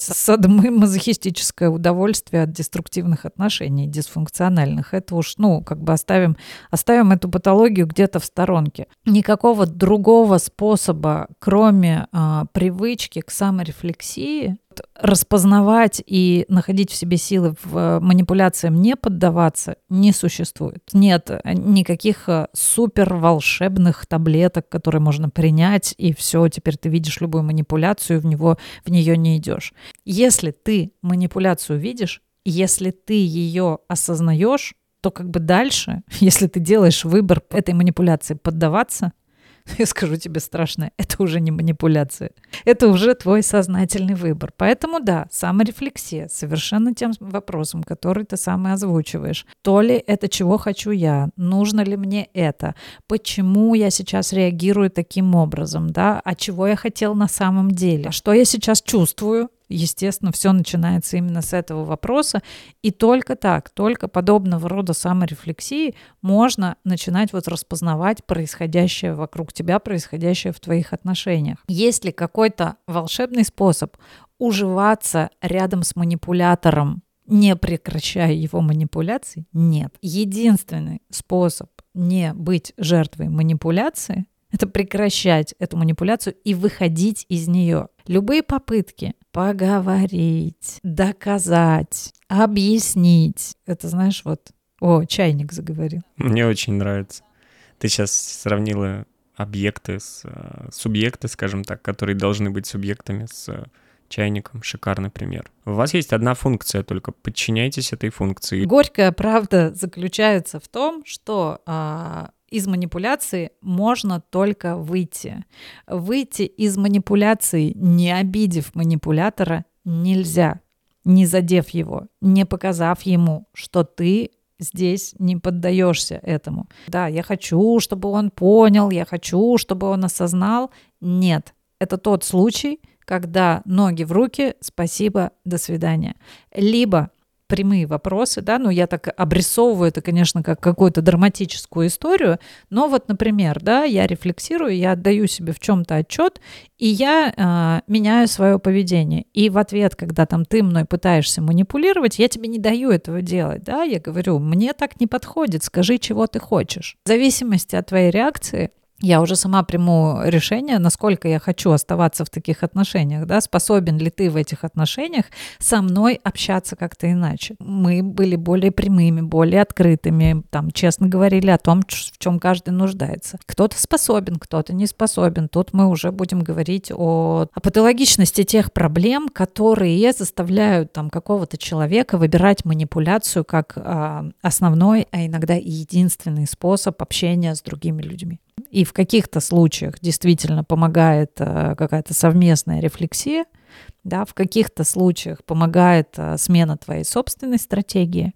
садомазохистическое удовольствие от деструктивных отношений, дисфункциональных. Это уж, ну, как бы оставим оставим эту патологию где-то в сторонке. Никакого другого способа, кроме а, привычки к саморефлексии, распознавать и находить в себе силы в манипуляциям не поддаваться, не существует. Нет никаких супер волшебных таблеток, которые можно принять, и все, теперь ты видишь любую манипуляцию, в него, в нее не идешь. Если ты манипуляцию видишь, если ты ее осознаешь, то как бы дальше, если ты делаешь выбор этой манипуляции поддаваться, я скажу тебе страшно, это уже не манипуляция. Это уже твой сознательный выбор. Поэтому да, саморефлексия совершенно тем вопросом, который ты сам и озвучиваешь. То ли это чего хочу я? Нужно ли мне это? Почему я сейчас реагирую таким образом? Да? А чего я хотел на самом деле? Что я сейчас чувствую? Естественно, все начинается именно с этого вопроса. И только так, только подобного рода саморефлексии можно начинать вот распознавать происходящее вокруг тебя, происходящее в твоих отношениях. Есть ли какой-то волшебный способ уживаться рядом с манипулятором, не прекращая его манипуляций? Нет. Единственный способ не быть жертвой манипуляции — это прекращать эту манипуляцию и выходить из нее. Любые попытки поговорить, доказать, объяснить. Это, знаешь, вот... О, чайник заговорил. Мне очень нравится. Ты сейчас сравнила объекты с субъекты, скажем так, которые должны быть субъектами с чайником. Шикарный пример. У вас есть одна функция, только подчиняйтесь этой функции. Горькая правда заключается в том, что... А, из манипуляции можно только выйти. Выйти из манипуляции, не обидев манипулятора, нельзя, не задев его, не показав ему, что ты здесь не поддаешься этому. Да, я хочу, чтобы он понял, я хочу, чтобы он осознал. Нет, это тот случай, когда ноги в руки, спасибо, до свидания. Либо прямые вопросы, да, ну я так обрисовываю это, конечно, как какую-то драматическую историю, но вот, например, да, я рефлексирую, я отдаю себе в чем-то отчет, и я э, меняю свое поведение. И в ответ, когда там ты мной пытаешься манипулировать, я тебе не даю этого делать, да, я говорю, мне так не подходит, скажи, чего ты хочешь. В зависимости от твоей реакции я уже сама приму решение, насколько я хочу оставаться в таких отношениях, да, способен ли ты в этих отношениях со мной общаться как-то иначе. Мы были более прямыми, более открытыми, там, честно говорили о том, в чем каждый нуждается. Кто-то способен, кто-то не способен. Тут мы уже будем говорить о, о патологичности тех проблем, которые заставляют там какого-то человека выбирать манипуляцию как а, основной, а иногда и единственный способ общения с другими людьми. И в каких-то случаях действительно помогает а, какая-то совместная рефлексия, да, в каких-то случаях помогает а, смена твоей собственной стратегии,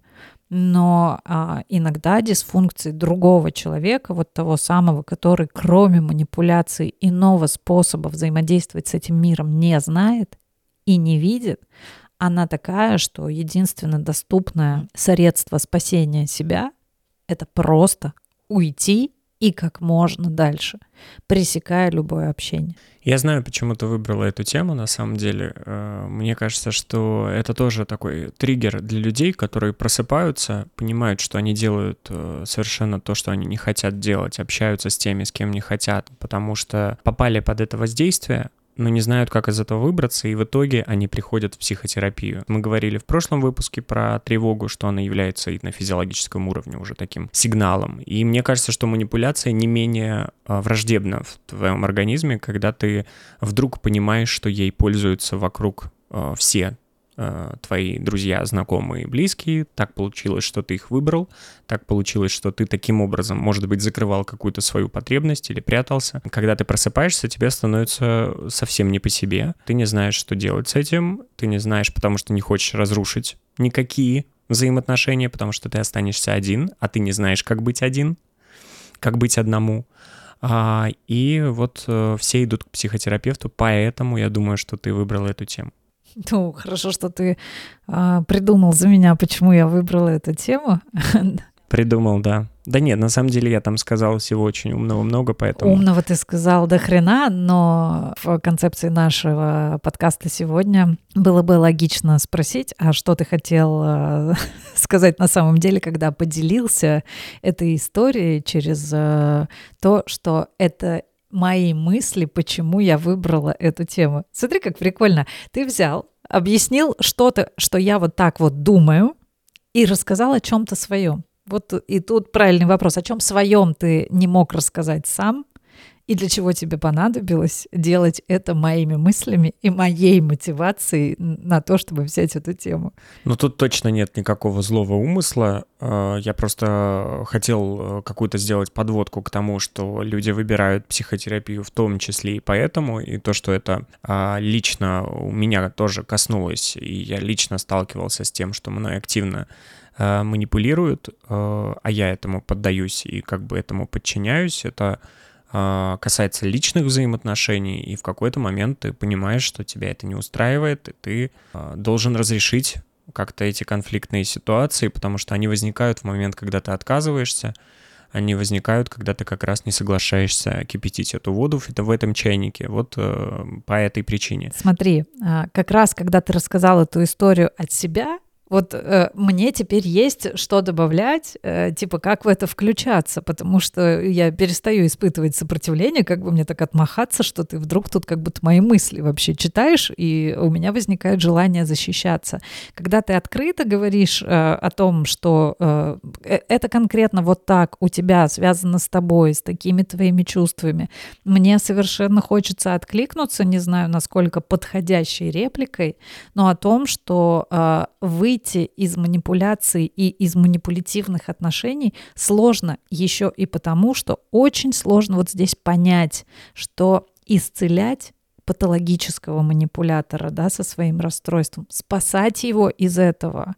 но а, иногда дисфункции другого человека, вот того самого, который кроме манипуляций иного способа взаимодействовать с этим миром не знает и не видит, она такая, что единственно доступное средство спасения себя — это просто уйти и как можно дальше, пресекая любое общение. Я знаю, почему ты выбрала эту тему, на самом деле. Мне кажется, что это тоже такой триггер для людей, которые просыпаются, понимают, что они делают совершенно то, что они не хотят делать, общаются с теми, с кем не хотят, потому что попали под это воздействие, но не знают, как из этого выбраться, и в итоге они приходят в психотерапию. Мы говорили в прошлом выпуске про тревогу, что она является и на физиологическом уровне уже таким сигналом. И мне кажется, что манипуляция не менее враждебна в твоем организме, когда ты вдруг понимаешь, что ей пользуются вокруг все твои друзья, знакомые, близкие. Так получилось, что ты их выбрал. Так получилось, что ты таким образом, может быть, закрывал какую-то свою потребность или прятался. Когда ты просыпаешься, тебе становится совсем не по себе. Ты не знаешь, что делать с этим. Ты не знаешь, потому что не хочешь разрушить никакие взаимоотношения, потому что ты останешься один, а ты не знаешь, как быть один, как быть одному. И вот все идут к психотерапевту, поэтому я думаю, что ты выбрал эту тему. Ну, хорошо, что ты а, придумал за меня, почему я выбрала эту тему. Придумал, да. Да нет, на самом деле я там сказал всего очень умного много, поэтому... Умного ты сказал до хрена, но в концепции нашего подкаста сегодня было бы логично спросить, а что ты хотел э, сказать на самом деле, когда поделился этой историей через э, то, что это мои мысли, почему я выбрала эту тему. Смотри, как прикольно. Ты взял, объяснил что-то, что я вот так вот думаю, и рассказал о чем-то своем. Вот и тут правильный вопрос. О чем своем ты не мог рассказать сам? И для чего тебе понадобилось делать это моими мыслями и моей мотивацией на то, чтобы взять эту тему? Ну, тут точно нет никакого злого умысла. Я просто хотел какую-то сделать подводку к тому, что люди выбирают психотерапию в том числе и поэтому, и то, что это лично у меня тоже коснулось, и я лично сталкивался с тем, что мной активно манипулируют, а я этому поддаюсь и как бы этому подчиняюсь. Это касается личных взаимоотношений, и в какой-то момент ты понимаешь, что тебя это не устраивает, и ты должен разрешить как-то эти конфликтные ситуации, потому что они возникают в момент, когда ты отказываешься, они возникают, когда ты как раз не соглашаешься кипятить эту воду в этом чайнике. Вот по этой причине. Смотри, как раз когда ты рассказал эту историю от себя, вот э, мне теперь есть что добавлять, э, типа как в это включаться, потому что я перестаю испытывать сопротивление, как бы мне так отмахаться, что ты вдруг тут как будто мои мысли вообще читаешь, и у меня возникает желание защищаться. Когда ты открыто говоришь э, о том, что э, это конкретно вот так у тебя связано с тобой, с такими твоими чувствами, мне совершенно хочется откликнуться, не знаю, насколько подходящей репликой, но о том, что э, вы из манипуляций и из манипулятивных отношений сложно еще и потому, что очень сложно вот здесь понять, что исцелять патологического манипулятора, да, со своим расстройством, спасать его из этого,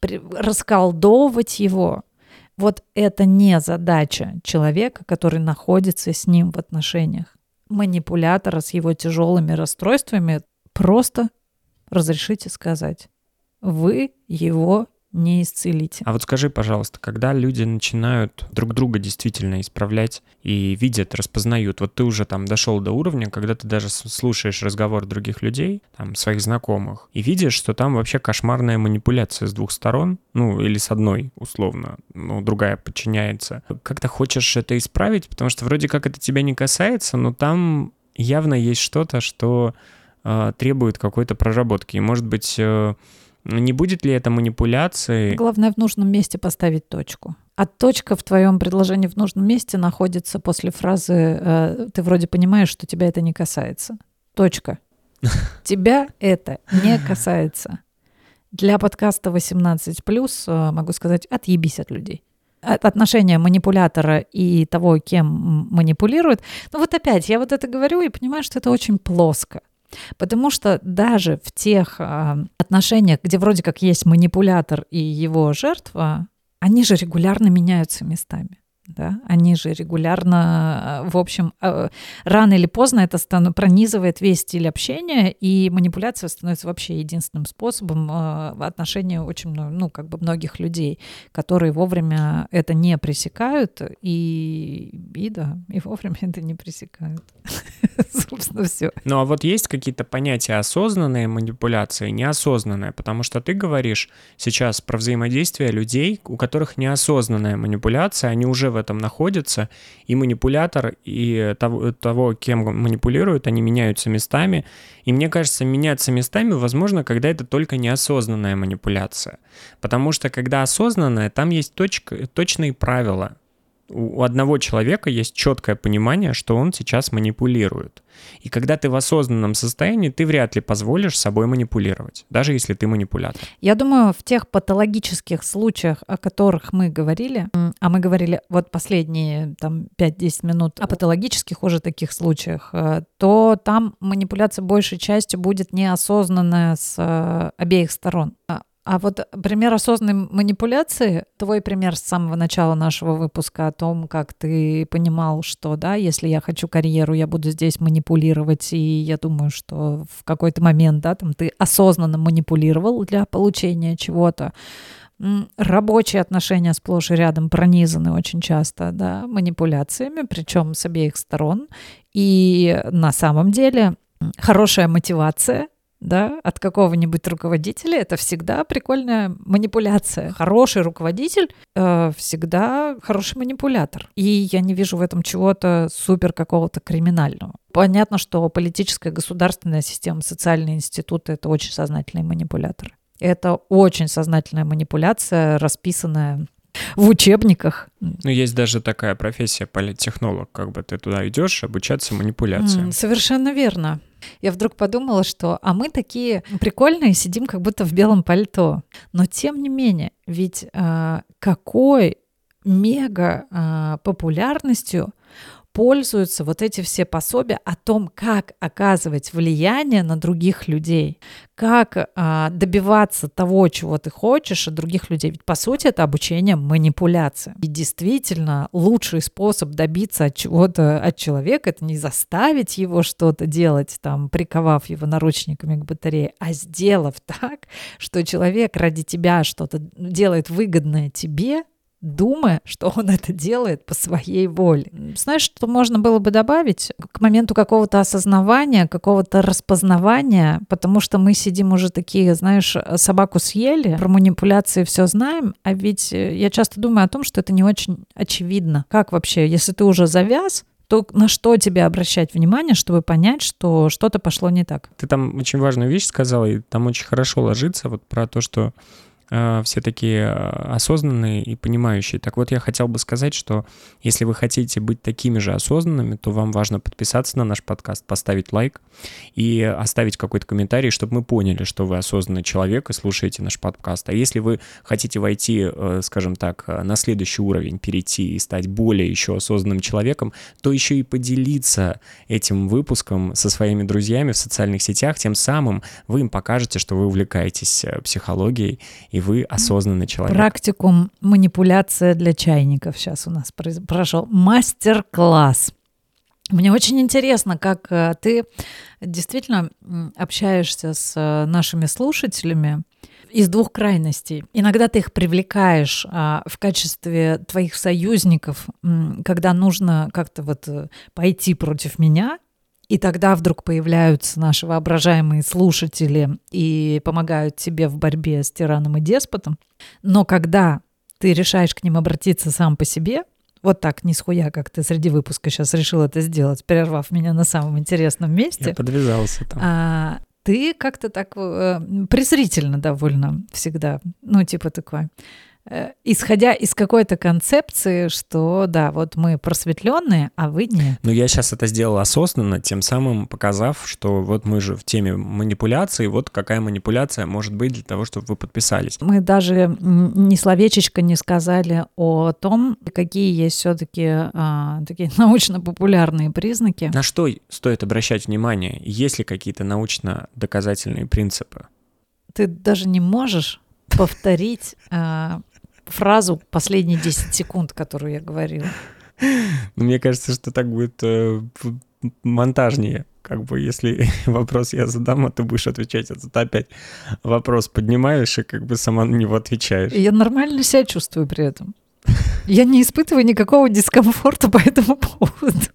расколдовывать его, вот это не задача человека, который находится с ним в отношениях. Манипулятора с его тяжелыми расстройствами просто разрешите сказать. Вы его не исцелите. А вот скажи, пожалуйста, когда люди начинают друг друга действительно исправлять и видят, распознают, вот ты уже там дошел до уровня, когда ты даже слушаешь разговор других людей, там, своих знакомых, и видишь, что там вообще кошмарная манипуляция с двух сторон, ну, или с одной, условно, ну, другая подчиняется. Как-то хочешь это исправить, потому что вроде как это тебя не касается, но там явно есть что-то, что э, требует какой-то проработки. И, может быть, э, не будет ли это манипуляцией? Главное в нужном месте поставить точку. А точка в твоем предложении в нужном месте находится после фразы э, «ты вроде понимаешь, что тебя это не касается». Точка. Тебя это не касается. Для подкаста восемнадцать плюс э, могу сказать «отъебись от людей». Отношения манипулятора и того, кем манипулирует. Ну вот опять, я вот это говорю и понимаю, что это очень плоско. Потому что даже в тех э, отношениях, где вроде как есть манипулятор и его жертва, они же регулярно меняются местами. Да? Они же регулярно, в общем, э, рано или поздно это стану, пронизывает весь стиль общения, и манипуляция становится вообще единственным способом э, в отношении очень ну, как бы многих людей, которые вовремя это не пресекают, и, и да, и вовремя это не пресекают. Собственно, все. Ну а вот есть какие-то понятия осознанные манипуляции, неосознанные, потому что ты говоришь сейчас про взаимодействие людей, у которых неосознанная манипуляция, они уже в этом находятся, и манипулятор, и того, того, кем манипулируют, они меняются местами, и мне кажется, меняться местами возможно, когда это только неосознанная манипуляция, потому что когда осознанная, там есть точка, точные правила. У одного человека есть четкое понимание, что он сейчас манипулирует. И когда ты в осознанном состоянии, ты вряд ли позволишь собой манипулировать, даже если ты манипулятор. Я думаю, в тех патологических случаях, о которых мы говорили, а мы говорили вот последние там пять-десять минут о патологических уже таких случаях, то там манипуляция большей частью будет неосознанная с обеих сторон. А вот пример осознанной манипуляции, твой пример с самого начала нашего выпуска о том, как ты понимал, что, да, если я хочу карьеру, я буду здесь манипулировать, и я думаю, что в какой-то момент, да, там ты осознанно манипулировал для получения чего-то. Рабочие отношения сплошь и рядом пронизаны очень часто, да, манипуляциями, причем с обеих сторон. И на самом деле хорошая мотивация, да, от какого-нибудь руководителя — это всегда прикольная манипуляция. Хороший руководитель э, всегда хороший манипулятор. И я не вижу в этом чего-то супер какого-то криминального. Понятно, что политическая, государственная система, социальные институты — это очень сознательные манипуляторы. Это очень сознательная манипуляция, расписанная в учебниках. Ну, есть даже такая профессия политтехнолог, как бы ты туда идешь обучаться манипуляциям. Совершенно верно. Я вдруг подумала, что а мы такие прикольные, сидим как будто в белом пальто. Но тем не менее, ведь а, какой мега а, популярностью пользуются вот эти все пособия о том, как оказывать влияние на других людей, как а, добиваться того, чего ты хочешь от других людей. Ведь, по сути, это обучение манипуляции. И действительно, лучший способ добиться от чего-то от человека — это не заставить его что-то делать, там, приковав его наручниками к батарее, а сделав так, что человек ради тебя что-то делает выгодное тебе, думая, что он это делает по своей воле. Знаешь, что можно было бы добавить? К моменту какого-то осознавания, какого-то распознавания, потому что мы сидим уже такие, знаешь, собаку съели, про манипуляции все знаем, а ведь я часто думаю о том, что это не очень очевидно. Как вообще, если ты уже завяз, то на что тебе обращать внимание, чтобы понять, что что-то пошло не так? Ты там очень важную вещь сказала, и там очень хорошо ложится вот про то, что все такие осознанные и понимающие. Так вот, я хотел бы сказать, что если вы хотите быть такими же осознанными, то вам важно подписаться на наш подкаст, поставить лайк и оставить какой-то комментарий, чтобы мы поняли, что вы осознанный человек и слушаете наш подкаст. А если вы хотите войти, скажем так, на следующий уровень, перейти и стать более еще осознанным человеком, то еще и поделиться этим выпуском со своими друзьями в социальных сетях. Тем самым вы им покажете, что вы увлекаетесь психологией, и вы осознанный человек. Практикум манипуляция для чайников сейчас у нас прошел. Мастер-класс. Мне очень интересно, как ты действительно общаешься с нашими слушателями из двух крайностей. Иногда ты их привлекаешь а, в качестве твоих союзников, когда нужно как-то вот пойти против меня, и тогда вдруг появляются наши воображаемые слушатели и помогают тебе в борьбе с тираном и деспотом. Но когда ты решаешь к ним обратиться сам по себе, вот так, не схуя, как ты среди выпуска сейчас решил это сделать, прервав меня на самом интересном месте. Я подвязался там. А, ты как-то так э, презрительно довольно всегда, ну типа такой... исходя из какой-то концепции, что да, вот мы просветленные, а вы нет. Но я сейчас это сделал осознанно, тем самым показав, что вот мы же в теме манипуляции, вот какая манипуляция может быть для того, чтобы вы подписались. Мы даже ни словечечко не сказали о том, какие есть все-таки а, такие научно-популярные признаки. На что стоит обращать внимание? Есть ли какие-то научно-доказательные принципы? Ты даже не можешь повторить... А, фразу последние десять секунд, которую я говорила. Мне кажется, что так будет э, монтажнее. Как бы если вопрос я задам, а ты будешь отвечать, а ты опять вопрос поднимаешь и как бы сама на него отвечаешь. Я нормально себя чувствую при этом. Я не испытываю никакого дискомфорта по этому поводу.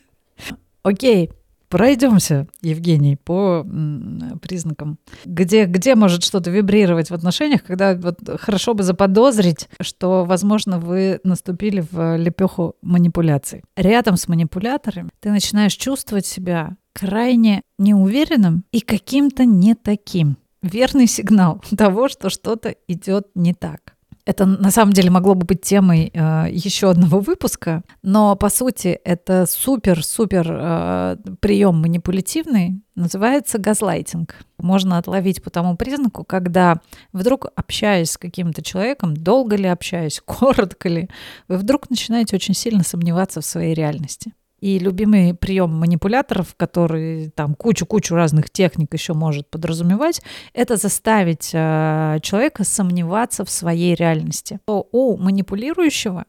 Окей. Пройдемся, Евгений, по м, признакам. Где, где может что-то вибрировать в отношениях, когда вот хорошо бы заподозрить, что, возможно, вы наступили в лепеху манипуляций. Рядом с манипуляторами ты начинаешь чувствовать себя крайне неуверенным и каким-то не таким. Верный сигнал того, что что-то идет не так. Это на самом деле могло бы быть темой э, еще одного выпуска, но по сути это супер-супер э, прием манипулятивный, называется газлайтинг. Можно отловить по тому признаку, когда вдруг, общаясь с каким-то человеком, долго ли общаясь, коротко ли, вы вдруг начинаете очень сильно сомневаться в своей реальности. И любимый прием манипуляторов, который там кучу-кучу разных техник еще может подразумевать, это заставить э, человека сомневаться в своей реальности. У манипулирующего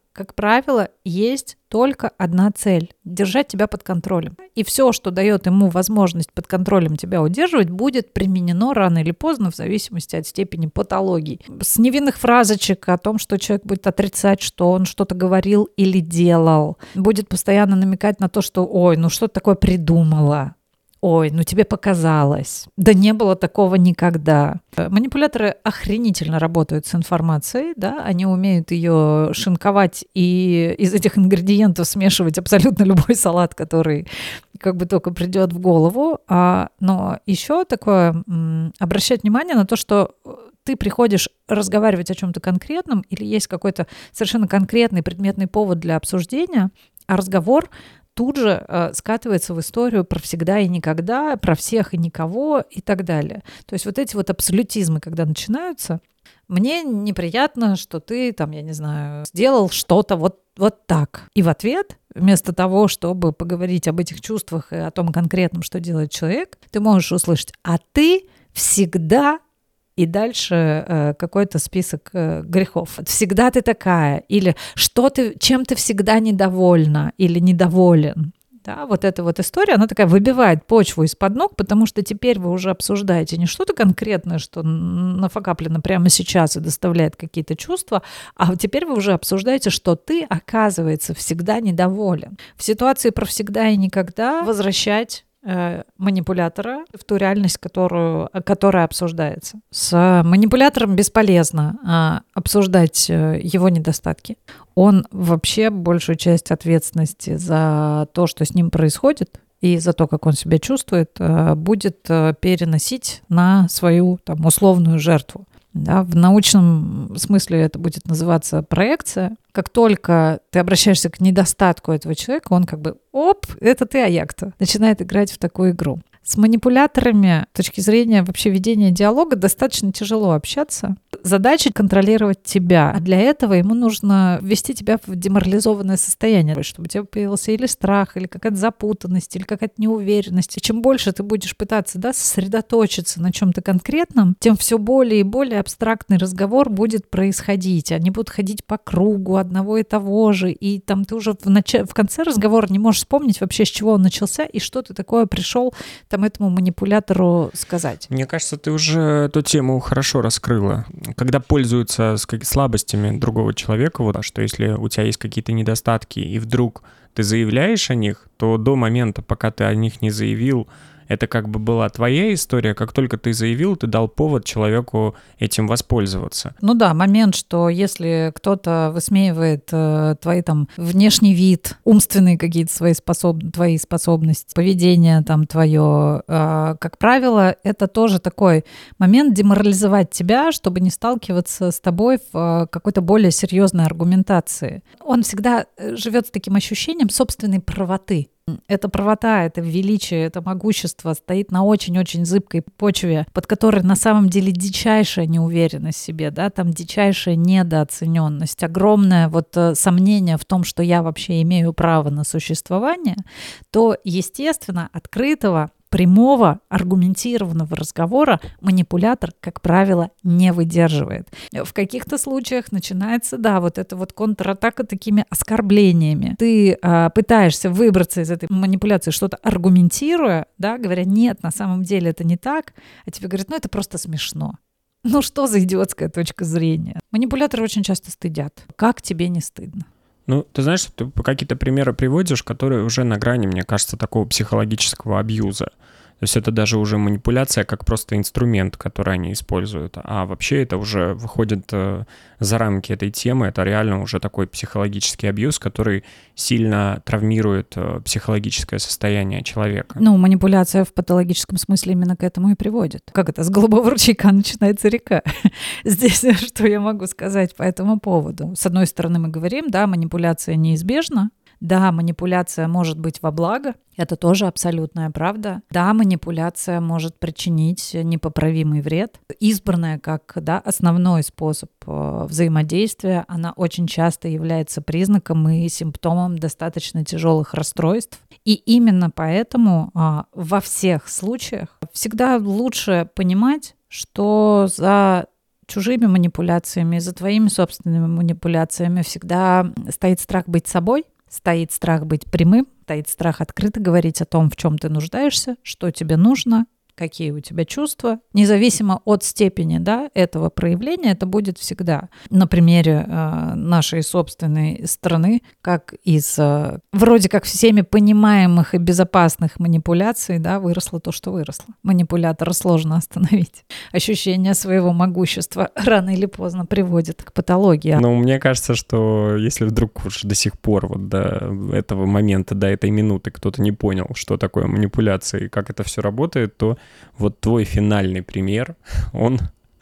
как правило, есть только одна цель – держать тебя под контролем. И все, что дает ему возможность под контролем тебя удерживать, будет применено рано или поздно в зависимости от степени патологии. С невинных фразочек о том, что человек будет отрицать, что он что-то говорил или делал, будет постоянно намекать на то, что «Ой, ну что ты такое придумала?» «Ой, ну тебе показалось». Да не было такого никогда. Манипуляторы охренительно работают с информацией, да, они умеют ее шинковать и из этих ингредиентов смешивать абсолютно любой салат, который как бы только придет в голову. А, но еще такое, м, обращать внимание на то, что ты приходишь разговаривать о чем-то конкретном или есть какой-то совершенно конкретный предметный повод для обсуждения, а разговор тут же э, скатывается в историю про всегда и никогда, про всех и никого и так далее. То есть вот эти вот абсолютизмы, когда начинаются, мне неприятно, что ты, там, я не знаю, сделал что-то вот, вот так. И в ответ, вместо того, чтобы поговорить об этих чувствах и о том конкретном, что делает человек, ты можешь услышать, а ты всегда... И дальше э, какой-то список э, грехов. Всегда ты такая. Или что ты, чем ты всегда недовольна или недоволен. Да, вот эта вот история, она такая выбивает почву из-под ног, потому что теперь вы уже обсуждаете не что-то конкретное, что нафакаплено прямо сейчас и доставляет какие-то чувства, а теперь вы уже обсуждаете, что ты, оказывается, всегда недоволен. В ситуации про всегда и никогда возвращать манипулятора в ту реальность, которую, которая обсуждается. С манипулятором бесполезно а, обсуждать его недостатки. Он вообще большую часть ответственности за то, что с ним происходит, и за то, как он себя чувствует, будет переносить на свою там, условную жертву. Да, в научном смысле это будет называться проекция. Как только ты обращаешься к недостатку этого человека, он как бы оп, это ты, а я кто? Начинает играть в такую игру. С манипуляторами с точки зрения вообще ведения диалога достаточно тяжело общаться. Задача контролировать тебя. А для этого ему нужно ввести тебя в деморализованное состояние, чтобы у тебя появился или страх, или какая-то запутанность, или какая-то неуверенность. И чем больше ты будешь пытаться, да, сосредоточиться на чем-то конкретном, тем все более и более абстрактный разговор будет происходить. Они будут ходить по кругу одного и того же. И там ты уже в, нач... в конце разговора не можешь вспомнить вообще, с чего он начался и что ты такое пришел там этому манипулятору сказать. Мне кажется, ты уже эту тему хорошо раскрыла. Когда пользуются слабостями другого человека, вот, что если у тебя есть какие-то недостатки, и вдруг ты заявляешь о них, то до момента, пока ты о них не заявил, это как бы была твоя история. Как только ты заявил, ты дал повод человеку этим воспользоваться. Ну да, момент, что если кто-то высмеивает э, твои там внешний вид, умственные какие-то свои способ... твои способности, поведение там твое, э, как правило, это тоже такой момент деморализовать тебя, чтобы не сталкиваться с тобой в э, какой-то более серьезной аргументации. Он всегда живет с таким ощущением собственной правоты. Эта правота, это величие, это могущество стоит на очень-очень зыбкой почве, под которой на самом деле дичайшая неуверенность в себе, да, там дичайшая недооцененность, огромное вот сомнение в том, что я вообще имею право на существование, то, естественно, открытого, прямого, аргументированного разговора манипулятор, как правило, не выдерживает. В каких-то случаях начинается, да, вот эта вот контратака такими оскорблениями. Ты а, пытаешься выбраться из этой манипуляции, что-то аргументируя, да, говоря, нет, на самом деле это не так, а тебе говорят, ну это просто смешно. Ну что за идиотская точка зрения? Манипуляторы очень часто стыдят. Как тебе не стыдно? Ну, ты знаешь, ты какие-то примеры приводишь, которые уже на грани, мне кажется, такого психологического абьюза. То есть это даже уже манипуляция как просто инструмент, который они используют. А вообще это уже выходит э, за рамки этой темы. Это реально уже такой психологический абьюз, который сильно травмирует э, психологическое состояние человека. Ну, манипуляция в патологическом смысле именно к этому и приводит. Как это? С голубого ручейка начинается река. Здесь что я могу сказать по этому поводу? С одной стороны мы говорим, да, манипуляция неизбежна. Да, манипуляция может быть во благо, это тоже абсолютная правда. Да, манипуляция может причинить непоправимый вред. Избранная как, да, основной способ взаимодействия, она очень часто является признаком и симптомом достаточно тяжелых расстройств. И именно поэтому а, во всех случаях всегда лучше понимать, что за чужими манипуляциями, за твоими собственными манипуляциями всегда стоит страх быть собой, стоит страх быть прямым, стоит страх открыто говорить о том, в чем ты нуждаешься, что тебе нужно, какие у тебя чувства. Независимо от степени, да, этого проявления, это будет всегда. На примере э, нашей собственной страны, как из э, вроде как всеми понимаемых и безопасных манипуляций, да, выросло то, что выросло. Манипулятора сложно остановить. Ощущение своего могущества рано или поздно приводит к патологии. Но мне кажется, что если вдруг уж до сих пор вот до этого момента, до этой минуты кто-то не понял, что такое манипуляция и как это все работает, то вот твой финальный пример, он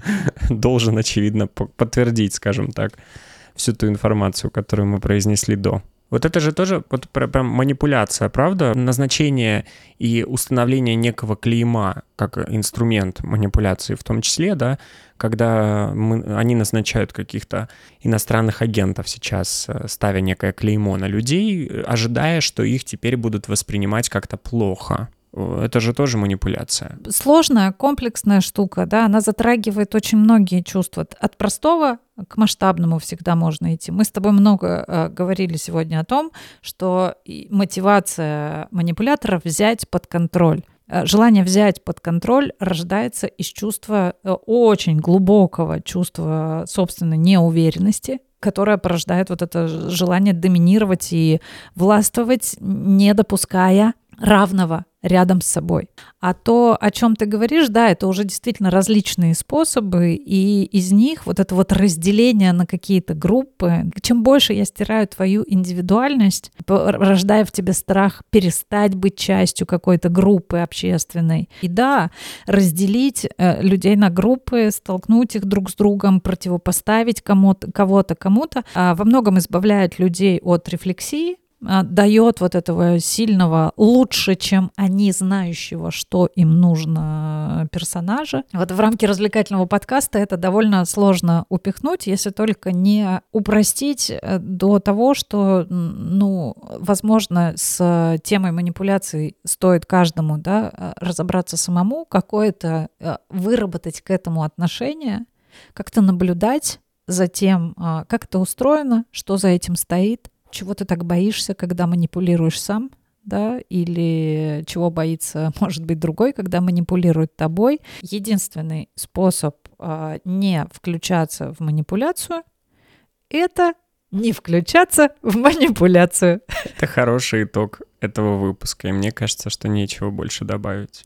должен, очевидно, подтвердить, скажем так, всю ту информацию, которую мы произнесли до. Вот это же тоже вот прям манипуляция, правда? Назначение и установление некого клейма как инструмент манипуляции в том числе, да, когда мы, они назначают каких-то иностранных агентов сейчас, ставя некое клеймо на людей, ожидая, что их теперь будут воспринимать как-то плохо. Это же тоже манипуляция. Сложная, комплексная штука, да, она затрагивает очень многие чувства. От простого к масштабному всегда можно идти. Мы с тобой много э, говорили сегодня о том, что мотивация манипуляторов взять под контроль. Желание взять под контроль рождается из чувства, очень глубокого чувства собственной неуверенности, которое порождает вот это желание доминировать и властвовать, не допуская равного рядом с собой. А то, о чем ты говоришь, да, это уже действительно различные способы, и из них вот это вот разделение на какие-то группы, чем больше я стираю твою индивидуальность, рождая в тебе страх перестать быть частью какой-то группы общественной. И да, разделить э, людей на группы, столкнуть их друг с другом, противопоставить кому-то, кого-то кому-то, э, во многом избавляет людей от рефлексии, дает вот этого сильного, лучше, чем они, знающего, что им нужно, персонажа. Вот в рамки развлекательного подкаста это довольно сложно упихнуть, если только не упростить до того, что, ну, возможно, с темой манипуляций стоит каждому, да, разобраться самому, какое-то выработать к этому отношение, как-то наблюдать за тем, как это устроено, что за этим стоит, чего ты так боишься, когда манипулируешь сам, да, или чего боится, может быть, другой, когда манипулирует тобой. Единственный способ а, не включаться в манипуляцию — это не включаться в манипуляцию. Это хороший итог этого выпуска, и мне кажется, что нечего больше добавить.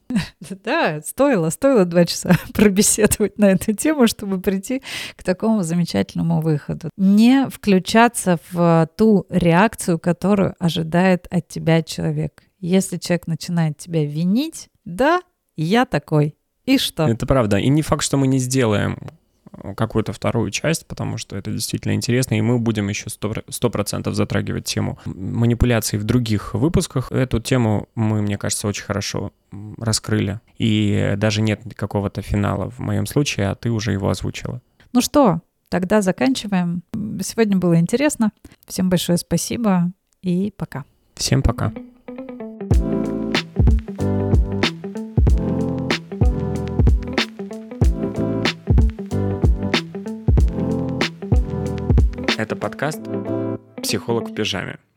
Да, стоило, стоило два часа пробеседовать на эту тему, чтобы прийти к такому замечательному выходу. Не включаться в ту реакцию, которую ожидает от тебя человек. Если человек начинает тебя винить, да, я такой, и что? Это правда, и не факт, что мы не сделаем какую-то вторую часть, потому что это действительно интересно, и мы будем еще сто процентов затрагивать тему манипуляций в других выпусках. Эту тему мы, мне кажется, очень хорошо раскрыли, и даже нет какого-то финала в моем случае, а ты уже его озвучила. Ну что, тогда заканчиваем. Сегодня было интересно. Всем большое спасибо и пока. Всем пока. Это подкаст «Психолог в пижаме».